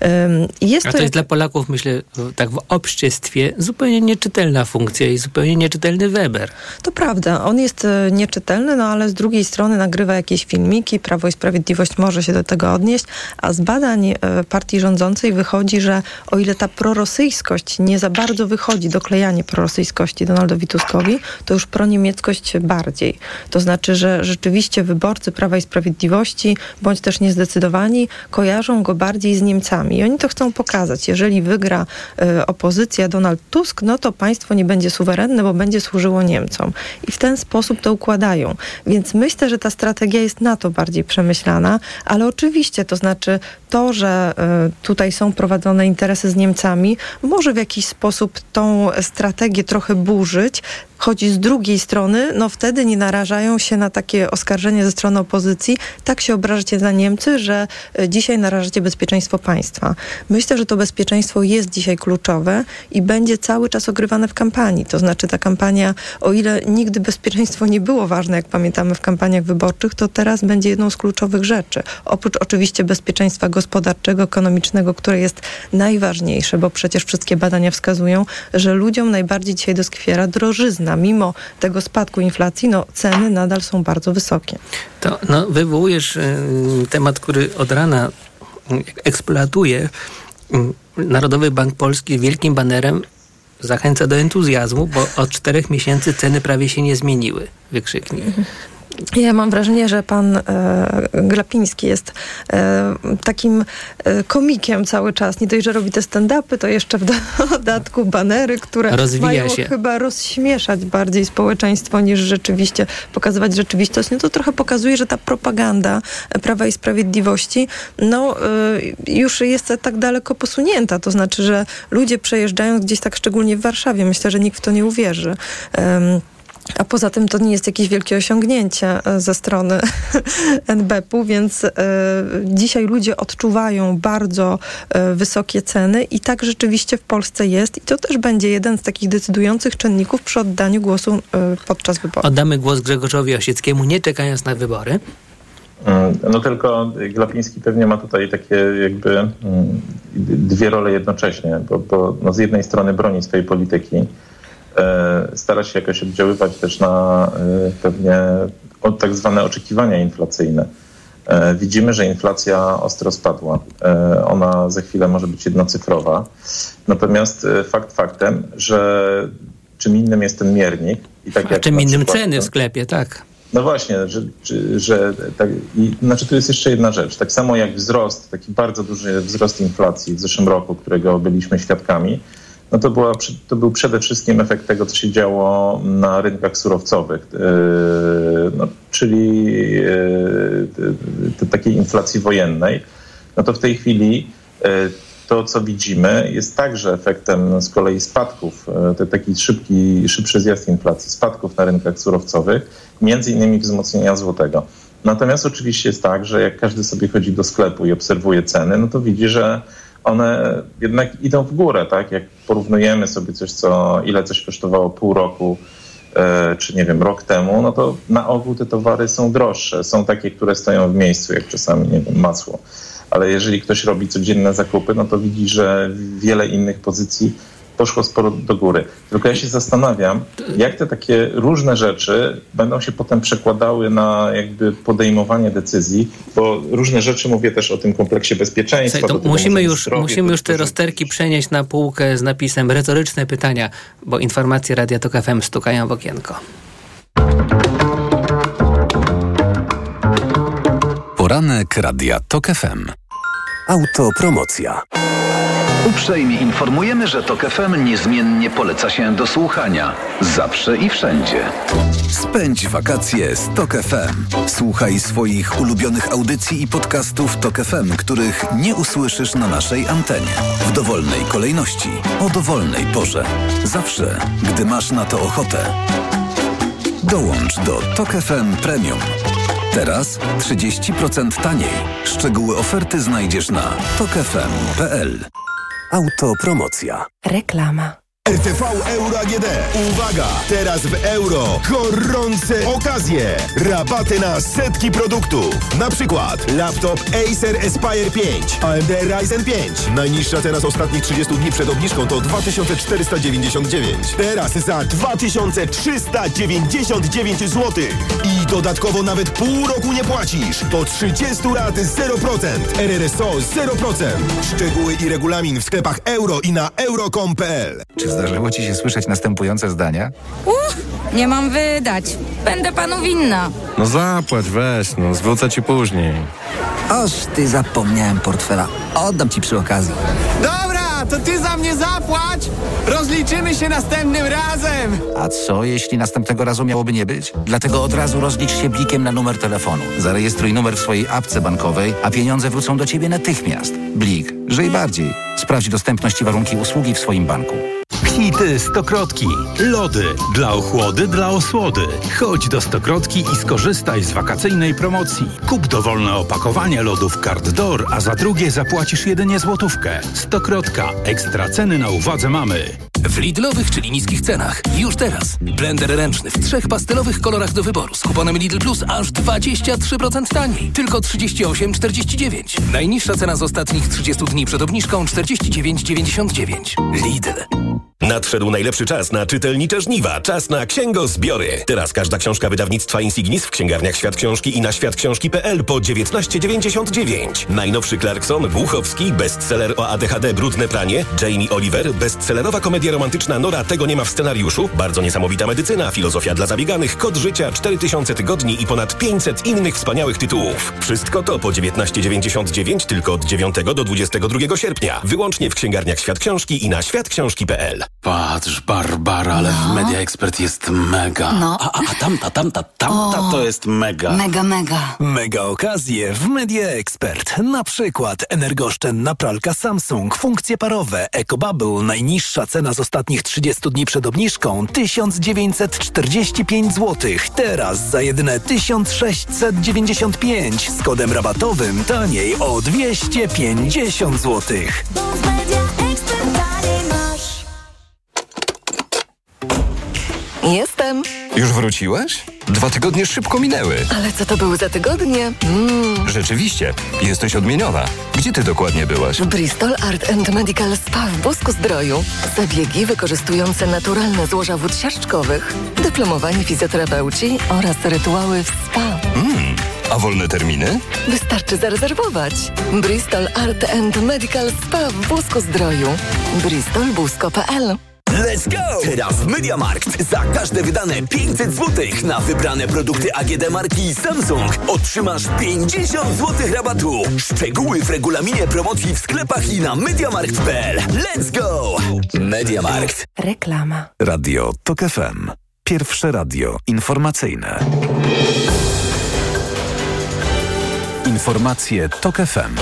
Jest A to jest dla Polaków, myślę, tak w obszczestwie zupełnie nieczytelna funkcja i zupełnie nieczytelny Weber. To prawda, on jest nieczytelny, no ale z drugiej strony nagrywa jakieś filmiki, Prawo i Sprawiedliwość może się do tego odnieść, a z badań partii rządzącej wychodzi, że o ile ta prorosyjskość nie za bardzo wychodzi, doklejanie prorosyjskości Donaldowi Tuskowi, to już proniemieckość bardziej. To znaczy, że rzeczywiście wyborcy Prawa i Sprawiedliwości, bądź też niezdecydowani, kojarzą go bardziej z Niemcami. I oni to chcą pokazać. Jeżeli wygra y, opozycja Donald Tusk, no to państwo nie będzie suwerenne, bo będzie służyło Niemcom. I w ten sposób to układają. Więc myślę, że ta strategia jest na to bardziej przemyślana, ale oczywiście, to znaczy to, że y, tutaj są prowadzone interesy z Niemcami, może w jakiś sposób tą strategię trochę burzyć, chodzi z drugiej strony, no wtedy nie narażają się na takie oskarżenie ze strony opozycji. Tak się obrażacie na Niemcy, że dzisiaj narażacie bezpieczeństwo państwa. Myślę, że to bezpieczeństwo jest dzisiaj kluczowe i będzie cały czas ogrywane w kampanii. To znaczy ta kampania, o ile nigdy bezpieczeństwo nie było ważne, jak pamiętamy w kampaniach wyborczych, to teraz będzie jedną z kluczowych rzeczy. Oprócz oczywiście bezpieczeństwa gospodarczego, ekonomicznego, które jest najważniejsze, bo przecież wszystkie badania wskazują, że ludziom najbardziej dzisiaj doskwiera drożyzna. Mimo tego spadku inflacji, no ceny nadal są bardzo wysokie. To no, wywołujesz y, temat, który od rana y, eksploatuje. Y, Narodowy Bank Polski wielkim banerem zachęca do entuzjazmu, bo od czterech miesięcy ceny prawie się nie zmieniły. Wykrzyknik. Ja mam wrażenie, że pan e, Glapiński jest e, takim e, komikiem cały czas. Nie dość, że robi te stand-upy, to jeszcze w dodatku banery, które Rozwija mają się. chyba rozśmieszać bardziej społeczeństwo niż rzeczywiście pokazywać rzeczywistość. No to trochę pokazuje, że ta propaganda Prawa i Sprawiedliwości no, e, już jest tak daleko posunięta. To znaczy, że ludzie przejeżdżając gdzieś tak, szczególnie w Warszawie, myślę, że nikt w to nie uwierzy. E, A poza tym to nie jest jakieś wielkie osiągnięcie ze strony en be pe u, więc y, dzisiaj ludzie odczuwają bardzo y, wysokie ceny i tak rzeczywiście w Polsce jest i to też będzie jeden z takich decydujących czynników przy oddaniu głosu y, podczas wyborów. Oddamy głos Grzegorzowi Osieckiemu, nie czekając na wybory. No tylko Glapiński pewnie ma tutaj takie jakby dwie role jednocześnie, bo, bo no z jednej strony broni swojej polityki, stara się jakoś oddziaływać też na pewnie tak zwane oczekiwania inflacyjne. Widzimy, że inflacja ostro spadła. Ona za chwilę może być jednocyfrowa. Natomiast fakt faktem, że czym innym jest ten miernik. I tak A jak czym innym przykład, ceny w sklepie, tak. No właśnie, że, że, że tak, i, znaczy tu jest jeszcze jedna rzecz. Tak samo jak wzrost, taki bardzo duży wzrost inflacji w zeszłym roku, którego byliśmy świadkami, no to, była, to był przede wszystkim efekt tego, co się działo na rynkach surowcowych, no, czyli takiej inflacji wojennej. No to w tej chwili to, co widzimy, jest także efektem z kolei spadków, to taki szybki, szybszy zjazd inflacji, spadków na rynkach surowcowych, między innymi wzmocnienia złotego. Natomiast oczywiście jest tak, że jak każdy sobie chodzi do sklepu i obserwuje ceny, no to widzi, że one jednak idą w górę, tak? Jak porównujemy sobie coś, co ile coś kosztowało pół roku, e, czy nie wiem, rok temu, no to na ogół te towary są droższe. Są takie, które stoją w miejscu, jak czasami, nie wiem, masło. Ale jeżeli ktoś robi codzienne zakupy, no to widzi, że wiele innych pozycji poszło sporo do góry. Tylko ja się zastanawiam, jak te takie różne rzeczy będą się potem przekładały na jakby podejmowanie decyzji, bo różne rzeczy, mówię też o tym kompleksie bezpieczeństwa. Słuchaj, to musimy już, zdrowie, musimy już te rozterki przenieść na półkę z napisem retoryczne pytania, bo informacje Radia Tok F M stukają w okienko. Poranek Radia Tok F M. Autopromocja. Uprzejmie informujemy, że Tok F M niezmiennie poleca się do słuchania. Zawsze i wszędzie. Spędź wakacje z Tok F M. Słuchaj swoich ulubionych audycji i podcastów Tok F M, których nie usłyszysz na naszej antenie. W dowolnej kolejności, o dowolnej porze. Zawsze, gdy masz na to ochotę. Dołącz do Tok F M Premium. Teraz trzydzieści procent taniej. Szczegóły oferty znajdziesz na tok f m kropka p l. Autopromocja. Reklama. R T V Euro A G D. Uwaga! Teraz w euro gorące okazje. Rabaty na setki produktów. Na przykład laptop Acer Aspire pięć, A M D Ryzen pięć. Najniższa teraz ostatnich trzydziestu dni przed obniżką to dwa tysiące czterysta dziewięćdziesiąt dziewięć. Teraz za dwa tysiące trzysta dziewięćdziesiąt dziewięć złotych. I dodatkowo nawet pół roku nie płacisz. Do trzydziestu lat zero procent. R R S O zero procent. Szczegóły i regulamin w sklepach euro i na euro kropka com kropka p l. Czy zdarzyło ci się słyszeć następujące zdania? Uff, nie mam wydać. Będę panu winna. No zapłać, weź, no zwrócę ci później. Oż ty, zapomniałem portfela. Oddam ci przy okazji. Dobra, to ty za mnie zapłać. Rozliczymy się następnym razem. A co, jeśli następnego razu miałoby nie być? Dlatego od razu rozlicz się blikiem na numer telefonu. Zarejestruj numer w swojej apce bankowej, a pieniądze wrócą do ciebie natychmiast. Blik. Żyj bardziej. Sprawdź dostępność i warunki usługi w swoim banku. Hity Stokrotki. Lody dla ochłody, dla osłody. Chodź do Stokrotki i skorzystaj z wakacyjnej promocji. Kup dowolne opakowanie lodów Card Door, a za drugie zapłacisz jedynie złotówkę. Stokrotka. Ekstra ceny na uwadze mamy. W Lidlowych, czyli niskich cenach. Już teraz. Blender ręczny w trzech pastelowych kolorach do wyboru. Z kuponem Lidl Plus aż dwadzieścia trzy procent taniej. Tylko trzydzieści osiem czterdzieści dziewięć. Najniższa cena z ostatnich trzydziestu dni przed obniżką czterdzieści dziewięć dziewięćdziesiąt dziewięć. Lidl. Nadszedł najlepszy czas na czytelnicze żniwa. Czas na księgozbiory. Teraz każda książka wydawnictwa Insignis w księgarniach Świat Książki i na świat książki kropka p l po dziewiętnaście dziewięćdziesiąt dziewięć. Najnowszy Clarkson, Głuchowski, bestseller o A D H D Brudne pranie, Jamie Oliver, bestsellerowa komedia romantyczna Nora Tego nie ma w scenariuszu, bardzo niesamowita medycyna, filozofia dla zabieganych, Kod życia, cztery tysiące tygodni i ponad pięćset innych wspaniałych tytułów. Wszystko to po dziewiętnaście dziewięćdziesiąt dziewięć tylko od dziewiątego do dwudziestego drugiego sierpnia. Wyłącznie w księgarniach Świat Książki i na świat książki kropka p l. Patrz, Barbara, ale no. w Media Expert jest mega. No. A, a, a tamta, tamta, tamta o, to jest mega. Mega, mega. Mega okazje w Media Expert. Na przykład energooszczędna pralka Samsung, funkcje parowe, EcoBubble, najniższa cena z ostatnich trzydziestu dni przed obniżką tysiąc dziewięćset czterdzieści pięć złotych. Teraz za jedyne tysiąc sześćset dziewięćdziesiąt pięć z kodem rabatowym taniej o dwieście pięćdziesiąt złotych. Jestem. Już wróciłaś? Dwa tygodnie szybko minęły. Ale co to były za tygodnie? Mm. Rzeczywiście, jesteś odmieniona. Gdzie ty dokładnie byłaś? W Bristol Art and Medical Spa w Busku-Zdroju. Zabiegi wykorzystujące naturalne złoża wód siarczkowych, dyplomowani fizjoterapeuci oraz rytuały w spa. Mm. A wolne terminy? Wystarczy zarezerwować. Bristol Art and Medical Spa w Busku-Zdroju. bristol busko kropka p l. Let's go! Teraz w MediaMarkt za każde wydane pięćset złotych na wybrane produkty A G D marki Samsung otrzymasz pięćdziesiąt złotych rabatu. Szczegóły w regulaminie promocji w sklepach i na mediamarkt kropka p l. Let's go! MediaMarkt. Reklama. Radio TOK F M. Pierwsze radio informacyjne. Informacje TOK F M.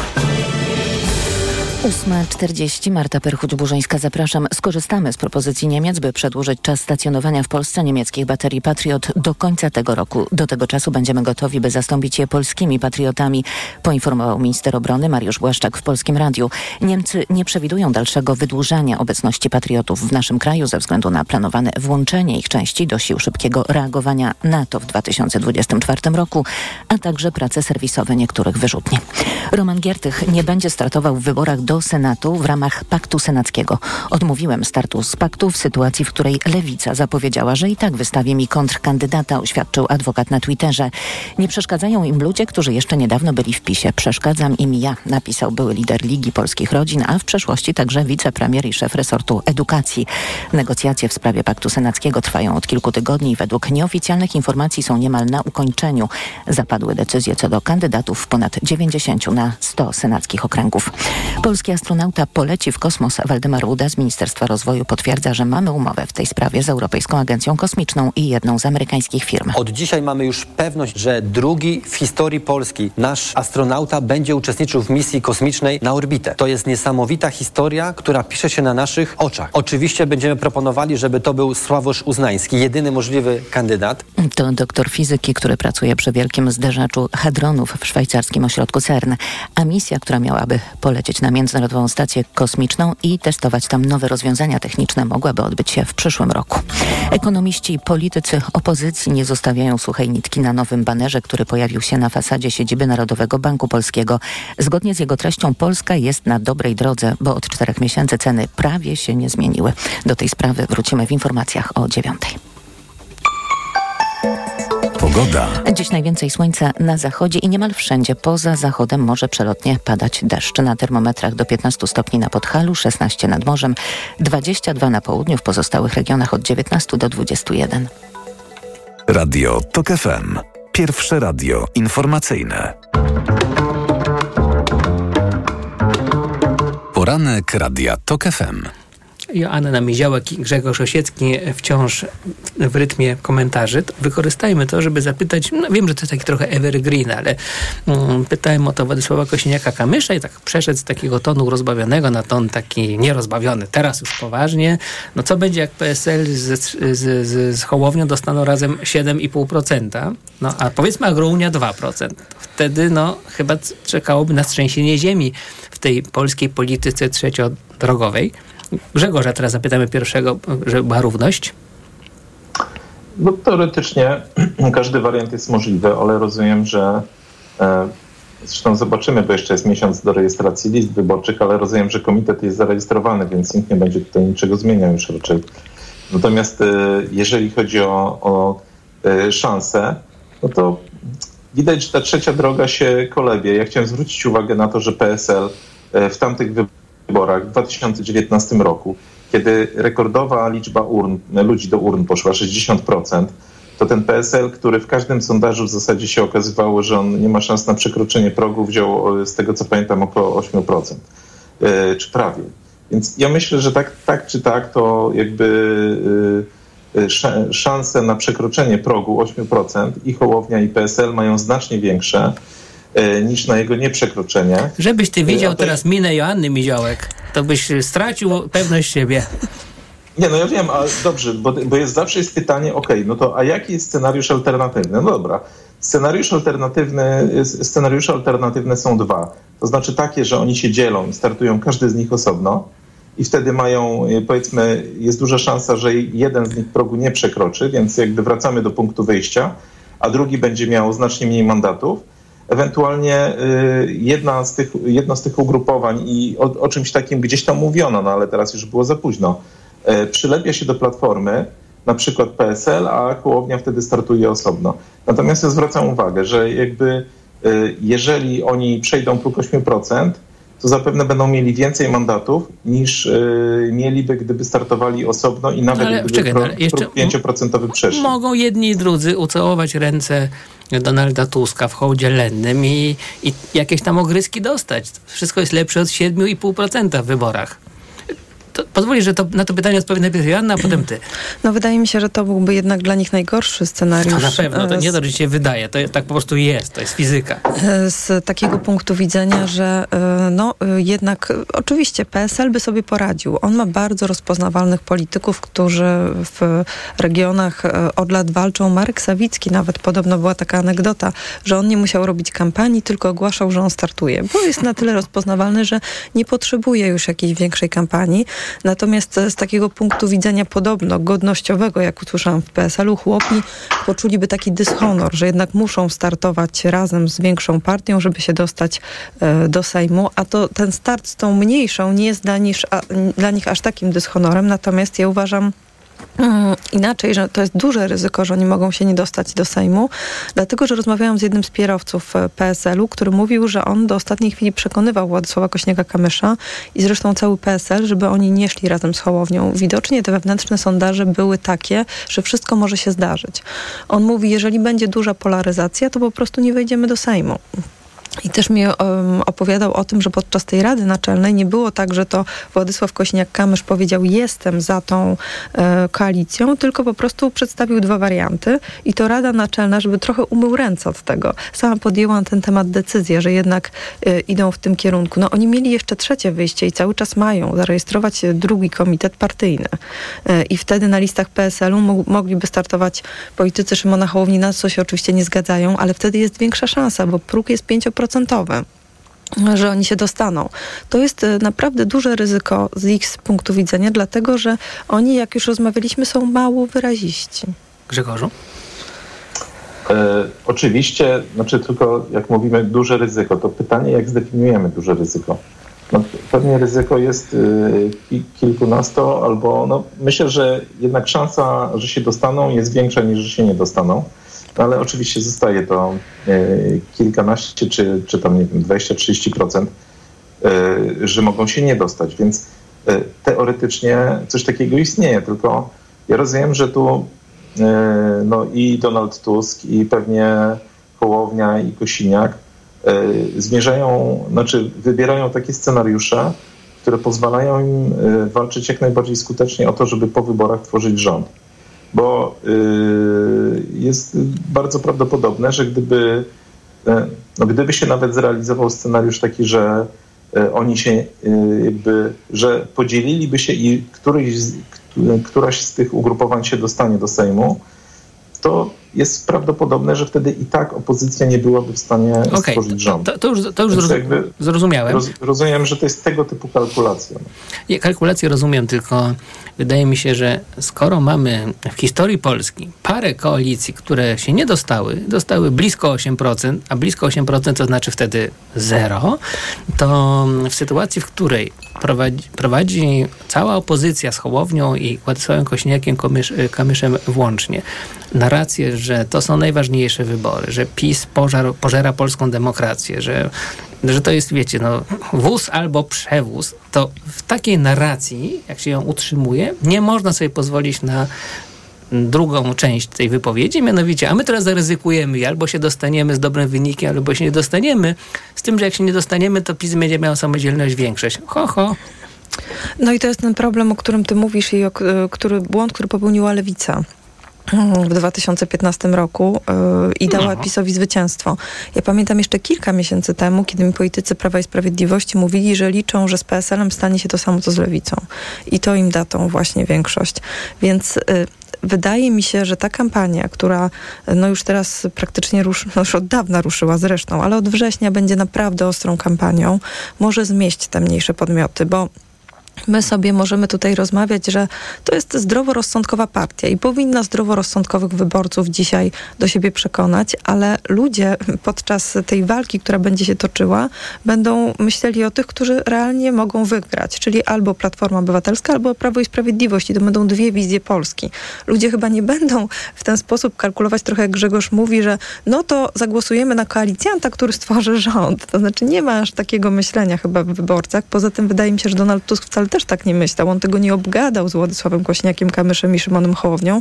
ósma czterdzieści. Marta Perchuć-Burzyńska, zapraszam. Skorzystamy z propozycji Niemiec, by przedłużyć czas stacjonowania w Polsce niemieckich baterii Patriot do końca tego roku. Do tego czasu będziemy gotowi, by zastąpić je polskimi Patriotami, poinformował minister obrony Mariusz Błaszczak w Polskim Radiu. Niemcy nie przewidują dalszego wydłużania obecności Patriotów w naszym kraju ze względu na planowane włączenie ich części do sił szybkiego reagowania NATO w dwa tysiące dwudziestym czwartym roku, a także prace serwisowe niektórych wyrzutni. Roman Giertych nie będzie startował w wyborach do Senatu w ramach Paktu Senackiego. Odmówiłem startu z paktu w sytuacji, w której Lewica zapowiedziała, że i tak wystawi mi kontrkandydata, oświadczył adwokat na Twitterze. Nie przeszkadzają im ludzie, którzy jeszcze niedawno byli w PiSie. Przeszkadzam im ja, napisał były lider Ligi Polskich Rodzin, a w przeszłości także wicepremier i szef resortu edukacji. Negocjacje w sprawie Paktu Senackiego trwają od kilku tygodni i według nieoficjalnych informacji są niemal na ukończeniu. Zapadły decyzje co do kandydatów w ponad dziewięćdziesięciu na sto senackich okręgów. Polski astronauta poleci w kosmos. Waldemar Ruda z Ministerstwa Rozwoju potwierdza, że mamy umowę w tej sprawie z Europejską Agencją Kosmiczną i jedną z amerykańskich firm. Od dzisiaj mamy już pewność, że drugi w historii Polski nasz astronauta będzie uczestniczył w misji kosmicznej na orbitę. To jest niesamowita historia, która pisze się na naszych oczach. Oczywiście będziemy proponowali, żeby to był Sławosz Uznański, jedyny możliwy kandydat. To doktor fizyki, który pracuje przy wielkim zderzaczu hadronów w szwajcarskim ośrodku CERN. A misja, która miałaby polecieć na Międzynarodową Stację Kosmiczną i testować tam nowe rozwiązania techniczne, mogłaby odbyć się w przyszłym roku. Ekonomiści i politycy opozycji nie zostawiają suchej nitki na nowym banerze, który pojawił się na fasadzie siedziby Narodowego Banku Polskiego. Zgodnie z jego treścią Polska jest na dobrej drodze, bo od czterech miesięcy ceny prawie się nie zmieniły. Do tej sprawy wrócimy w informacjach o dziewiątej. Pogoda. Dziś najwięcej słońca na zachodzie i niemal wszędzie poza zachodem może przelotnie padać deszcz. Na termometrach do piętnastu stopni na Podhalu, szesnaście nad morzem, dwadzieścia dwa na południu, w pozostałych regionach od dziewiętnastu do dwudziestu jeden. Radio TOK F M. Pierwsze radio informacyjne. Poranek Radia TOK F M. Joanna Miziołek i Grzegorz Osiecki wciąż w rytmie komentarzy, to wykorzystajmy to, żeby zapytać, no wiem, że to jest taki trochę evergreen, ale um, pytałem o to Władysława Kosiniaka-Kamysza i tak przeszedł z takiego tonu rozbawionego na ton taki nierozbawiony, teraz już poważnie. No co będzie, jak P S L z, z, z, z Hołownią dostaną razem siedem i pół procent, no a powiedzmy Agrounia dwa procent. Wtedy no chyba czekałoby na trzęsienie ziemi w tej polskiej polityce trzeciodrogowej. Grzegorza teraz zapytamy pierwszego, że była równość. No teoretycznie każdy wariant jest możliwy, ale rozumiem, że e, zresztą zobaczymy, bo jeszcze jest miesiąc do rejestracji list wyborczych, ale rozumiem, że komitet jest zarejestrowany, więc nikt nie będzie tutaj niczego zmieniał już raczej. Natomiast e, jeżeli chodzi o, o e, szanse, no to widać, że ta trzecia droga się kolebie. Ja chciałem zwrócić uwagę na to, że P S L e, w tamtych wyborach wyborach w dwa tysiące dziewiętnastym roku, kiedy rekordowa liczba urn, ludzi do urn poszła sześćdziesiąt procent, to ten P S L, który w każdym sondażu w zasadzie się okazywało, że on nie ma szans na przekroczenie progu, wziął z tego co pamiętam około osiem procent, yy, czy prawie. Więc ja myślę, że tak, tak czy tak to jakby yy, szanse na przekroczenie progu osiem procent i Hołownia i P S L mają znacznie większe niż na jego nieprzekroczenie. Żebyś ty widział teraz minę Joanny Miziołek, to byś stracił pewność siebie. Nie, no ja wiem, ale dobrze, bo, bo jest zawsze jest pytanie, okej, okay, no to a jaki jest scenariusz alternatywny? No dobra, scenariusz alternatywny, scenariusze alternatywne są dwa. To znaczy takie, że oni się dzielą i startują każdy z nich osobno i wtedy mają, powiedzmy, jest duża szansa, że jeden z nich progu nie przekroczy, więc jakby wracamy do punktu wyjścia, a drugi będzie miał znacznie mniej mandatów. Ewentualnie y, jedna z tych, jedno z tych ugrupowań i o, o czymś takim gdzieś tam mówiono, no ale teraz już było za późno, y, przylepia się do Platformy, na przykład P S L, a Hołownia wtedy startuje osobno. Natomiast ja zwracam uwagę, że jakby y, jeżeli oni przejdą próg osiem procent, to zapewne będą mieli więcej mandatów niż y, mieliby, gdyby startowali osobno i nawet ale, gdyby czekaj, pro, ale jeszcze próg pięć procent przeszli. Mogą jedni i drudzy ucałować ręce Donalda Tuska w hołdzie lennym i, i jakieś tam ogryzki dostać. Wszystko jest lepsze od siedem i pół procent w wyborach. To pozwolisz, że to, na to pytanie odpowie najpierw Joanna, a potem ty. No wydaje mi się, że to byłby jednak dla nich najgorszy scenariusz. No na pewno, to nie to, że się wydaje, to tak po prostu jest, to jest fizyka. Z takiego punktu widzenia, że no jednak oczywiście P S L by sobie poradził. On ma bardzo rozpoznawalnych polityków, którzy w regionach od lat walczą. Marek Sawicki nawet, podobno była taka anegdota, że on nie musiał robić kampanii, tylko ogłaszał, że on startuje, bo jest na tyle rozpoznawalny, że nie potrzebuje już jakiejś większej kampanii. Natomiast z takiego punktu widzenia podobno godnościowego, jak usłyszałam w P S L-u, chłopi poczuliby taki dyshonor, że jednak muszą startować razem z większą partią, żeby się dostać e, do Sejmu, a to ten start z tą mniejszą nie jest dla nich, a, dla nich aż takim dyshonorem. Natomiast ja uważam Hmm, inaczej, że to jest duże ryzyko, że oni mogą się nie dostać do Sejmu, dlatego, że rozmawiałam z jednym z pierowców P S L-u, który mówił, że on do ostatniej chwili przekonywał Władysława Kosiniaka-Kamysza i zresztą cały P S L, żeby oni nie szli razem z Hołownią. Widocznie te wewnętrzne sondaże były takie, że wszystko może się zdarzyć. On mówi, jeżeli będzie duża polaryzacja, to po prostu nie wejdziemy do Sejmu. I też mi um, opowiadał o tym, że podczas tej Rady Naczelnej nie było tak, że to Władysław Kosiniak-Kamysz powiedział, jestem za tą e, koalicją, tylko po prostu przedstawił dwa warianty i to Rada Naczelna, żeby trochę umył ręce od tego, sama podjęła na ten temat decyzję, że jednak e, idą w tym kierunku. No oni mieli jeszcze trzecie wyjście i cały czas mają zarejestrować drugi komitet partyjny. E, I wtedy na listach P S L-u mo- mogliby startować politycy Szymona Hołowni, na co się oczywiście nie zgadzają, ale wtedy jest większa szansa, bo próg jest pięć procent. Procentowe, że oni się dostaną. To jest naprawdę duże ryzyko z ich punktu widzenia, dlatego, że oni, jak już rozmawialiśmy, są mało wyraziści. Grzegorzu? E, oczywiście, znaczy tylko jak mówimy duże ryzyko, to pytanie, jak zdefiniujemy duże ryzyko? No, pewnie ryzyko jest y, kilkunasto albo, no myślę, że jednak szansa, że się dostaną jest większa niż, że się nie dostaną. No, ale oczywiście zostaje to y, kilkanaście czy, czy tam nie wiem, dwadzieścia do trzydziestu procent, y, że mogą się nie dostać, więc y, teoretycznie coś takiego istnieje, tylko ja rozumiem, że tu y, no, i Donald Tusk i pewnie Hołownia i Kosiniak y, zmierzają, znaczy wybierają takie scenariusze, w które pozwalają im y, walczyć jak najbardziej skutecznie o to, żeby po wyborach tworzyć rząd. Bo y, jest bardzo prawdopodobne, że gdyby, y, no gdyby się nawet zrealizował scenariusz taki, że y, oni się y, jakby, że podzieliliby się i któryś z, któraś z tych ugrupowań się dostanie do Sejmu, to jest prawdopodobne, że wtedy i tak opozycja nie byłaby w stanie okay. stworzyć rząd. To, to już, to już zrozum- zrozumiałem. Roz, rozumiem, że to jest tego typu kalkulacja. Nie, kalkulację rozumiem, tylko wydaje mi się, że skoro mamy w historii Polski parę koalicji, które się nie dostały, dostały blisko osiem procent, a blisko osiem procent to znaczy wtedy zero, to w sytuacji, w której prowadzi, prowadzi cała opozycja z Hołownią i Władysławem Kosiniakiem-Kamyszem włącznie narrację, że to są najważniejsze wybory, że PiS pożar, pożera polską demokrację, że, że to jest, wiecie, no, wóz albo przewóz, to w takiej narracji, jak się ją utrzymuje, nie można sobie pozwolić na drugą część tej wypowiedzi, mianowicie, a my teraz zaryzykujemy i albo się dostaniemy z dobrym wynikiem, albo się nie dostaniemy, z tym, że jak się nie dostaniemy, to PiS będzie miał samodzielność większość. Ho, ho. No i to jest ten problem, o którym ty mówisz i o, który, błąd, który popełniła Lewica w dwa tysiące piętnastym roku yy, i dała no. PiS-owi zwycięstwo. Ja pamiętam jeszcze kilka miesięcy temu, kiedy mi politycy Prawa i Sprawiedliwości mówili, że liczą, że z P S L-em stanie się to samo, co z Lewicą. I to im da tą właśnie większość. Więc yy, wydaje mi się, że ta kampania, która no już teraz praktycznie ruszy, no już od dawna ruszyła zresztą, ale od września będzie naprawdę ostrą kampanią, może zmieść te mniejsze podmioty, bo my sobie możemy tutaj rozmawiać, że to jest zdroworozsądkowa partia i powinna zdroworozsądkowych wyborców dzisiaj do siebie przekonać, ale ludzie podczas tej walki, która będzie się toczyła, będą myśleli o tych, którzy realnie mogą wygrać, czyli albo Platforma Obywatelska, albo Prawo i Sprawiedliwość. I to będą dwie wizje Polski. Ludzie chyba nie będą w ten sposób kalkulować, trochę jak Grzegorz mówi, że no to zagłosujemy na koalicjanta, który stworzy rząd. To znaczy nie ma aż takiego myślenia chyba w wyborcach. Poza tym wydaje mi się, że Donald Tusk wcale też tak nie myślał. On tego nie obgadał z Władysławem Kosiniakiem-Kamyszem i Szymonem Hołownią,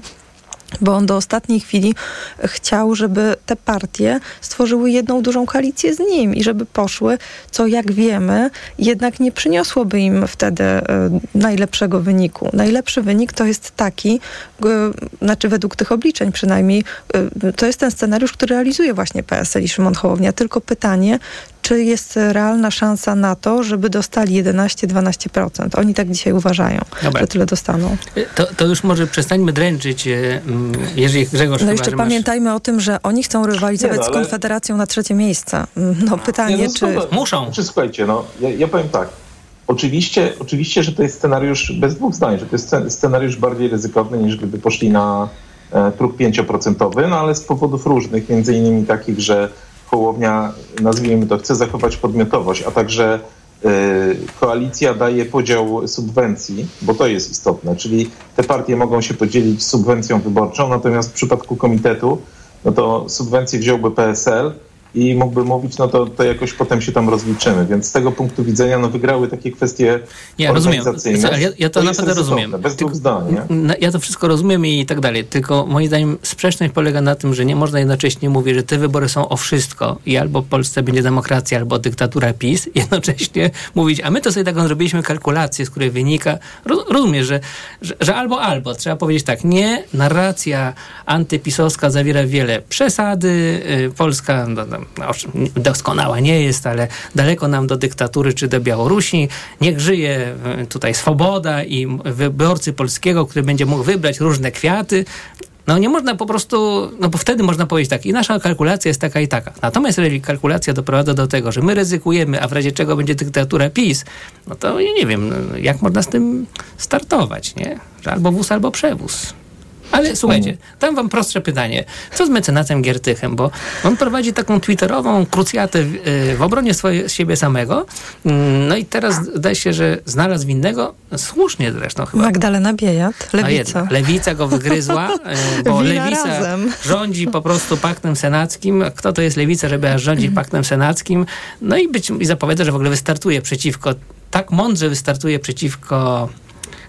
bo on do ostatniej chwili chciał, żeby te partie stworzyły jedną dużą koalicję z nim i żeby poszły, co jak wiemy, jednak nie przyniosłoby im wtedy y, najlepszego wyniku. Najlepszy wynik to jest taki, y, znaczy według tych obliczeń przynajmniej, y, to jest ten scenariusz, który realizuje właśnie P S L i Szymon Hołownia. Tylko pytanie, czy jest realna szansa na to, żeby dostali jedenaście do dwunastu procent. Oni tak dzisiaj uważają, Dobra. że tyle dostaną. To, to już może przestańmy dręczyć, jeżeli Grzegorz... No jeszcze pamiętajmy masz... o tym, że oni chcą rywalizować nie, no, ale... z Konfederacją na trzecie miejsce. No pytanie, nie, no, czy... Muszą. Czy słuchajcie, no, ja, ja powiem tak. Oczywiście, oczywiście, że to jest scenariusz, bez dwóch zdań, że to jest scenariusz bardziej ryzykowny, niż gdyby poszli na e, próg pięcioprocentowy, no ale z powodów różnych, między innymi takich, że Hołownia, nazwijmy to, chce zachować podmiotowość, a także y, koalicja daje podział subwencji, bo to jest istotne, czyli te partie mogą się podzielić subwencją wyborczą, natomiast w przypadku komitetu, no to subwencję wziąłby P S L i mógłby mówić, no to, to jakoś potem się tam rozliczymy. Więc z tego punktu widzenia no wygrały takie kwestie ja organizacyjne. Rozumiem. Ja, ja to, to naprawdę rozumiem. Bez dwóch zdań, nie? Ja to wszystko rozumiem i tak dalej. Tylko moim zdaniem sprzeczność polega na tym, że nie można jednocześnie mówić, że te wybory są o wszystko i albo w Polsce będzie demokracja, albo dyktatura PiS. Jednocześnie mówić, a my to sobie taką zrobiliśmy kalkulację, z której wynika, rozumiesz, że, że, że albo, albo. Trzeba powiedzieć tak, nie, narracja antypisowska zawiera wiele przesady, Polska no, no, doskonała nie jest, ale daleko nam do dyktatury czy do Białorusi. Niech żyje tutaj swoboda i wyborcy polskiego, który będzie mógł wybrać różne kwiaty. No nie można po prostu, no bo wtedy można powiedzieć tak, i nasza kalkulacja jest taka i taka. Natomiast jeżeli kalkulacja doprowadza do tego, że my ryzykujemy, a w razie czego będzie dyktatura PiS, no to ja nie wiem, jak można z tym startować, nie? Że albo wóz, albo przewóz. Ale słuchajcie, dam wam prostsze pytanie. Co z mecenasem Giertychem? Bo on prowadzi taką twitterową krucjatę w, w obronie swoje, siebie samego. No i teraz zdaje się, że znalazł winnego, słusznie zresztą chyba. Magdalena Biejat, Lewica. No Lewica go wygryzła, bo Lewica razem. rządzi po prostu paktem senackim. Kto to jest Lewica, żeby aż rządzić paktem senackim? No i, być, i zapowiada, że w ogóle wystartuje przeciwko, tak mądrze wystartuje przeciwko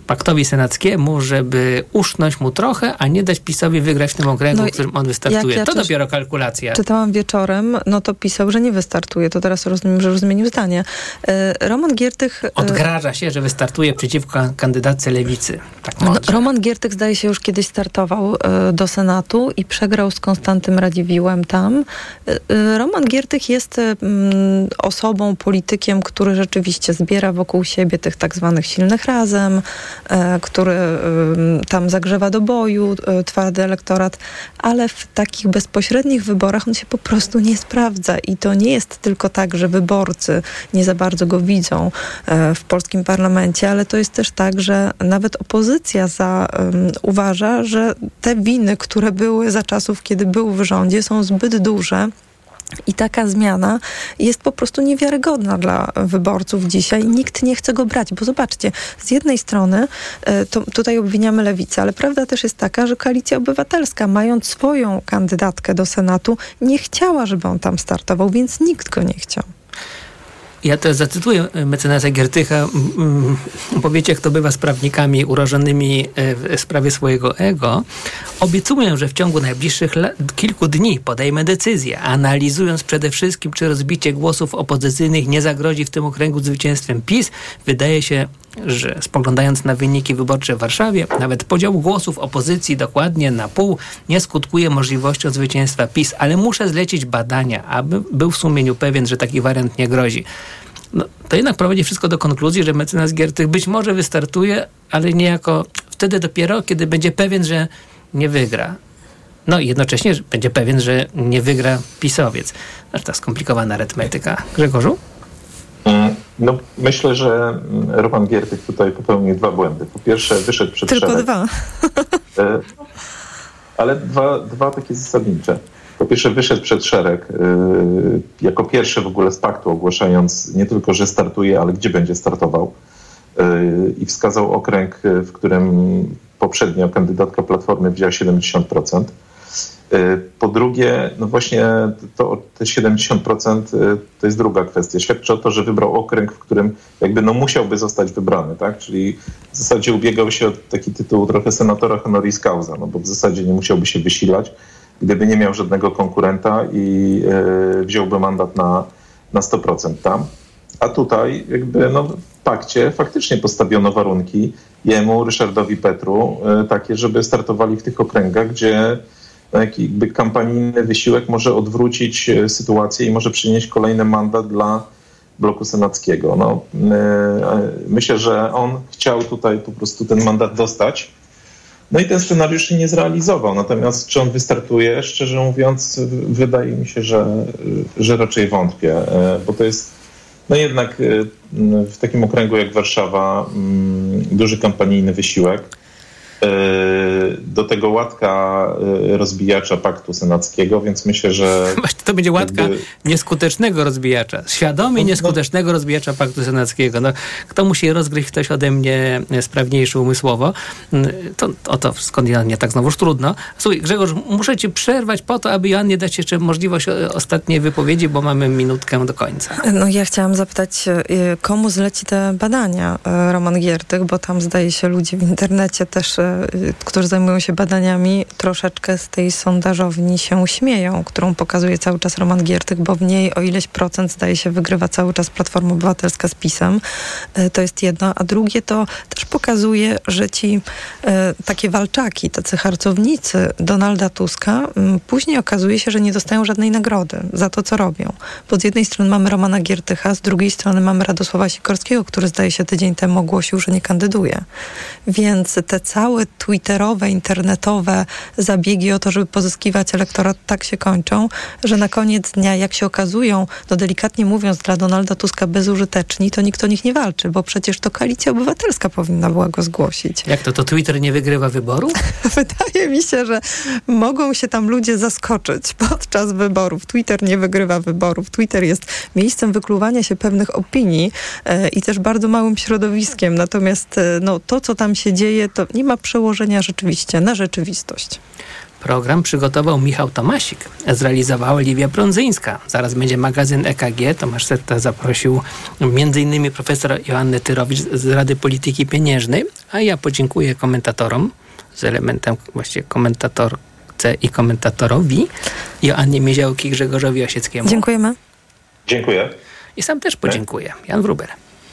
paktowi senackiemu, żeby uszcząć mu trochę, a nie dać PiS-owi wygrać w tym okręgu, No, w którym on wystartuje. ja to też dopiero kalkulacja. Czytałam wieczorem, no to pisał, że nie wystartuje. To teraz rozumiem, że już zmienił zdanie. E, Roman Giertych... E, Odgraża się, że wystartuje przeciwko kandydatce Lewicy. Tak no, Roman Giertych zdaje się już kiedyś startował e, do Senatu i przegrał z Konstantym Radziwiłłem tam. E, e, Roman Giertych jest e, m, osobą, politykiem, który rzeczywiście zbiera wokół siebie tych tak zwanych silnych razem, e, który e, tam zagrzewa do boju e, twardy elektorat, ale w takich bezpośrednich wyborach on się po prostu nie sprawdza i to nie jest tylko tak, że wyborcy nie za bardzo go widzą e, w polskim parlamencie, ale to jest też tak, że nawet opozycja za, um, uważa, że te winy, które były za czasów, kiedy był w rządzie, są zbyt duże. I taka zmiana jest po prostu niewiarygodna dla wyborców dzisiaj. Nikt nie chce go brać, bo zobaczcie, z jednej strony to tutaj obwiniamy lewicę, ale prawda też jest taka, że Koalicja Obywatelska, mając swoją kandydatkę do Senatu, nie chciała, żeby on tam startował, więc nikt go nie chciał. Ja też zacytuję mecenasa Giertycha. Powiecie, jak to bywa z prawnikami urażonymi w sprawie swojego ego. Obiecuję, że w ciągu najbliższych lat, kilku dni podejmę decyzję, analizując przede wszystkim, czy rozbicie głosów opozycyjnych nie zagrozi w tym okręgu zwycięstwem PiS. Wydaje się, że spoglądając na wyniki wyborcze w Warszawie, nawet podział głosów opozycji dokładnie na pół nie skutkuje możliwością zwycięstwa PiS, ale muszę zlecić badania, aby był w sumieniu pewien, że taki wariant nie grozi. No, to jednak prowadzi wszystko do konkluzji, że mecenas Giertych być może wystartuje, ale niejako wtedy dopiero, kiedy będzie pewien, że nie wygra. No i jednocześnie będzie pewien, że nie wygra PiS-owiec. Znaczy ta skomplikowana arytmetyka. Grzegorzu? No, myślę, że Roman Giertych tutaj popełnił dwa błędy. Po pierwsze, wyszedł przed Tylko szereg. dwa. Ale dwa, dwa takie zasadnicze. Po pierwsze, wyszedł przed szereg yy, jako pierwszy w ogóle z paktu, ogłaszając nie tylko, że startuje, ale gdzie będzie startował. Yy, I wskazał okręg, w którym poprzednio kandydatka Platformy wzięła siedemdziesiąt procent. Po drugie, no właśnie to, te siedemdziesiąt procent to jest druga kwestia. Świadczy o to, że wybrał okręg, w którym jakby no musiałby zostać wybrany, tak? Czyli w zasadzie ubiegał się o taki tytuł trochę senatora honoris causa, no bo w zasadzie nie musiałby się wysilać, gdyby nie miał żadnego konkurenta i e, wziąłby mandat na, na sto procent tam. A tutaj jakby no w pakcie faktycznie postawiono warunki jemu, Ryszardowi Petru, e, takie, żeby startowali w tych okręgach, gdzie jakby kampanijny wysiłek może odwrócić sytuację i może przynieść kolejny mandat dla bloku senackiego. No, myślę, że on chciał tutaj po prostu ten mandat dostać. No i ten scenariusz się nie zrealizował. Natomiast czy on wystartuje? Szczerze mówiąc, wydaje mi się, że, że raczej wątpię, bo to jest no jednak w takim okręgu jak Warszawa duży kampanijny wysiłek. Do tego łatka rozbijacza paktu senackiego, więc myślę, że... Właśnie to będzie łatka jakby... nieskutecznego rozbijacza. Świadomie no, nieskutecznego no. rozbijacza paktu senackiego. No, kto musi rozgryźć ktoś ode mnie sprawniejszy umysłowo, to o to skądinądnie tak znowuż trudno. Słuchaj, Grzegorz, muszę ci przerwać po to, aby Joannie dać jeszcze możliwość ostatniej wypowiedzi, bo mamy minutkę do końca. No ja chciałam zapytać, komu zleci te badania Roman Giertych, bo tam zdaje się ludzie w internecie też którzy zajmują się badaniami, troszeczkę z tej sondażowni się śmieją, którą pokazuje cały czas Roman Giertych, bo w niej o ileś procent zdaje się wygrywa cały czas Platforma Obywatelska z PiS-em. To jest jedno. A drugie to też pokazuje, że ci e, takie walczaki, tacy harcownicy Donalda Tuska, m, później okazuje się, że nie dostają żadnej nagrody za to, co robią. Bo z jednej strony mamy Romana Giertycha, z drugiej strony mamy Radosława Sikorskiego, który zdaje się tydzień temu ogłosił, że nie kandyduje. Więc te całe twitterowe, internetowe zabiegi o to, żeby pozyskiwać elektorat, tak się kończą, że na koniec dnia, jak się okazują, no delikatnie mówiąc, dla Donalda Tuska bezużyteczni, to nikt o nich nie walczy, bo przecież to Koalicja Obywatelska powinna była go zgłosić. Jak to? To Twitter nie wygrywa wyborów? Wydaje mi się, że mogą się tam ludzie zaskoczyć podczas wyborów. Twitter nie wygrywa wyborów. Twitter jest miejscem wykluwania się pewnych opinii e, i też bardzo małym środowiskiem. Natomiast e, no, to, co tam się dzieje, to nie ma przełożenia rzeczywiście na rzeczywistość. Program przygotował Michał Tomasik, zrealizowała Liwia Brądzyńska. Zaraz będzie magazyn E K G. Tomasz Setta zaprosił między innymi profesora Joannę Tyrowicz z Rady Polityki Pieniężnej, a ja podziękuję komentatorom z elementem właściwie komentatorce i komentatorowi Joannie Mieziałki, Grzegorzowi Osieckiemu. Dziękujemy. Dziękuję. I sam też podziękuję. Jan Wróbel.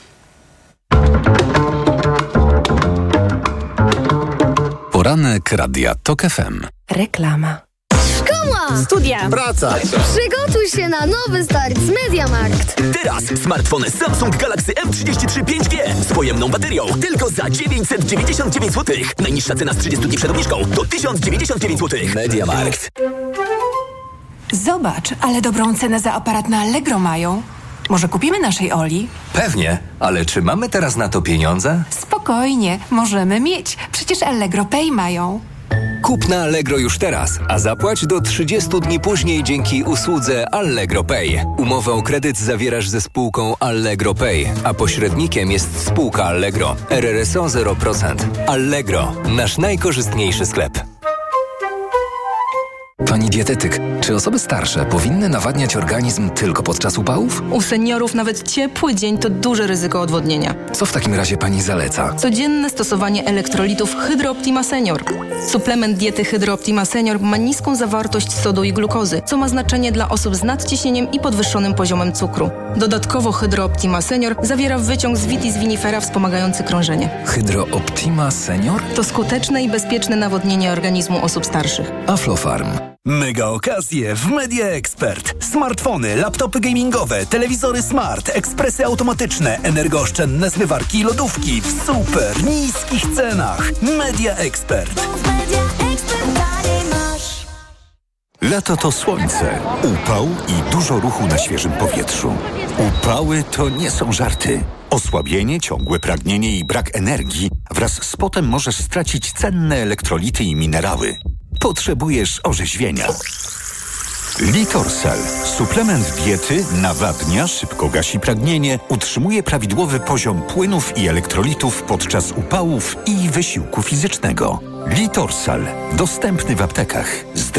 Poranek Radia Tok F M. Reklama. Szkoła! Studia! Praca! Przygotuj się na nowy start z MediaMarkt. Teraz smartfon Samsung Galaxy M trzydzieści trzy pięć G z pojemną baterią tylko za dziewięćset dziewięćdziesiąt dziewięć złotych. Najniższa cena z trzydziestu dni przed obniżką to tysiąc dziewięćdziesiąt dziewięć złotych. MediaMarkt. Zobacz, ale dobrą cenę za aparat na Allegro mają. Może kupimy naszej Oli? Pewnie, ale czy mamy teraz na to pieniądze? Spokojnie, możemy mieć. Przecież Allegro Pay mają. Kup na Allegro już teraz, a zapłać do trzydziestu dni później dzięki usłudze Allegro Pay. Umowę o kredyt zawierasz ze spółką Allegro Pay, a pośrednikiem jest spółka Allegro. R R S O zero procent. Allegro, nasz najkorzystniejszy sklep. Pani dietetyk, czy osoby starsze powinny nawadniać organizm tylko podczas upałów? U seniorów nawet ciepły dzień to duże ryzyko odwodnienia. Co w takim razie pani zaleca? Codzienne stosowanie elektrolitów Hydro Optima Senior. Suplement diety Hydro Optima Senior ma niską zawartość sodu i glukozy, co ma znaczenie dla osób z nadciśnieniem i podwyższonym poziomem cukru. Dodatkowo Hydro Optima Senior zawiera wyciąg z Vitis vinifera wspomagający krążenie. Hydro Optima Senior? To skuteczne i bezpieczne nawodnienie organizmu osób starszych. Aflofarm. Mega okazje w Media Expert. Smartfony, laptopy gamingowe, telewizory smart, ekspresy automatyczne, energooszczędne zmywarki i lodówki w super niskich cenach. Media Expert. Lato to słońce, upał i dużo ruchu na świeżym powietrzu. Upały to nie są żarty. Osłabienie, ciągłe pragnienie i brak energii wraz z potem możesz stracić cenne elektrolity i minerały. Potrzebujesz orzeźwienia. Litorsal. Suplement diety nawadnia, szybko gasi pragnienie, utrzymuje prawidłowy poziom płynów i elektrolitów podczas upałów i wysiłku fizycznego. Litorsal. Dostępny w aptekach. Zdrowie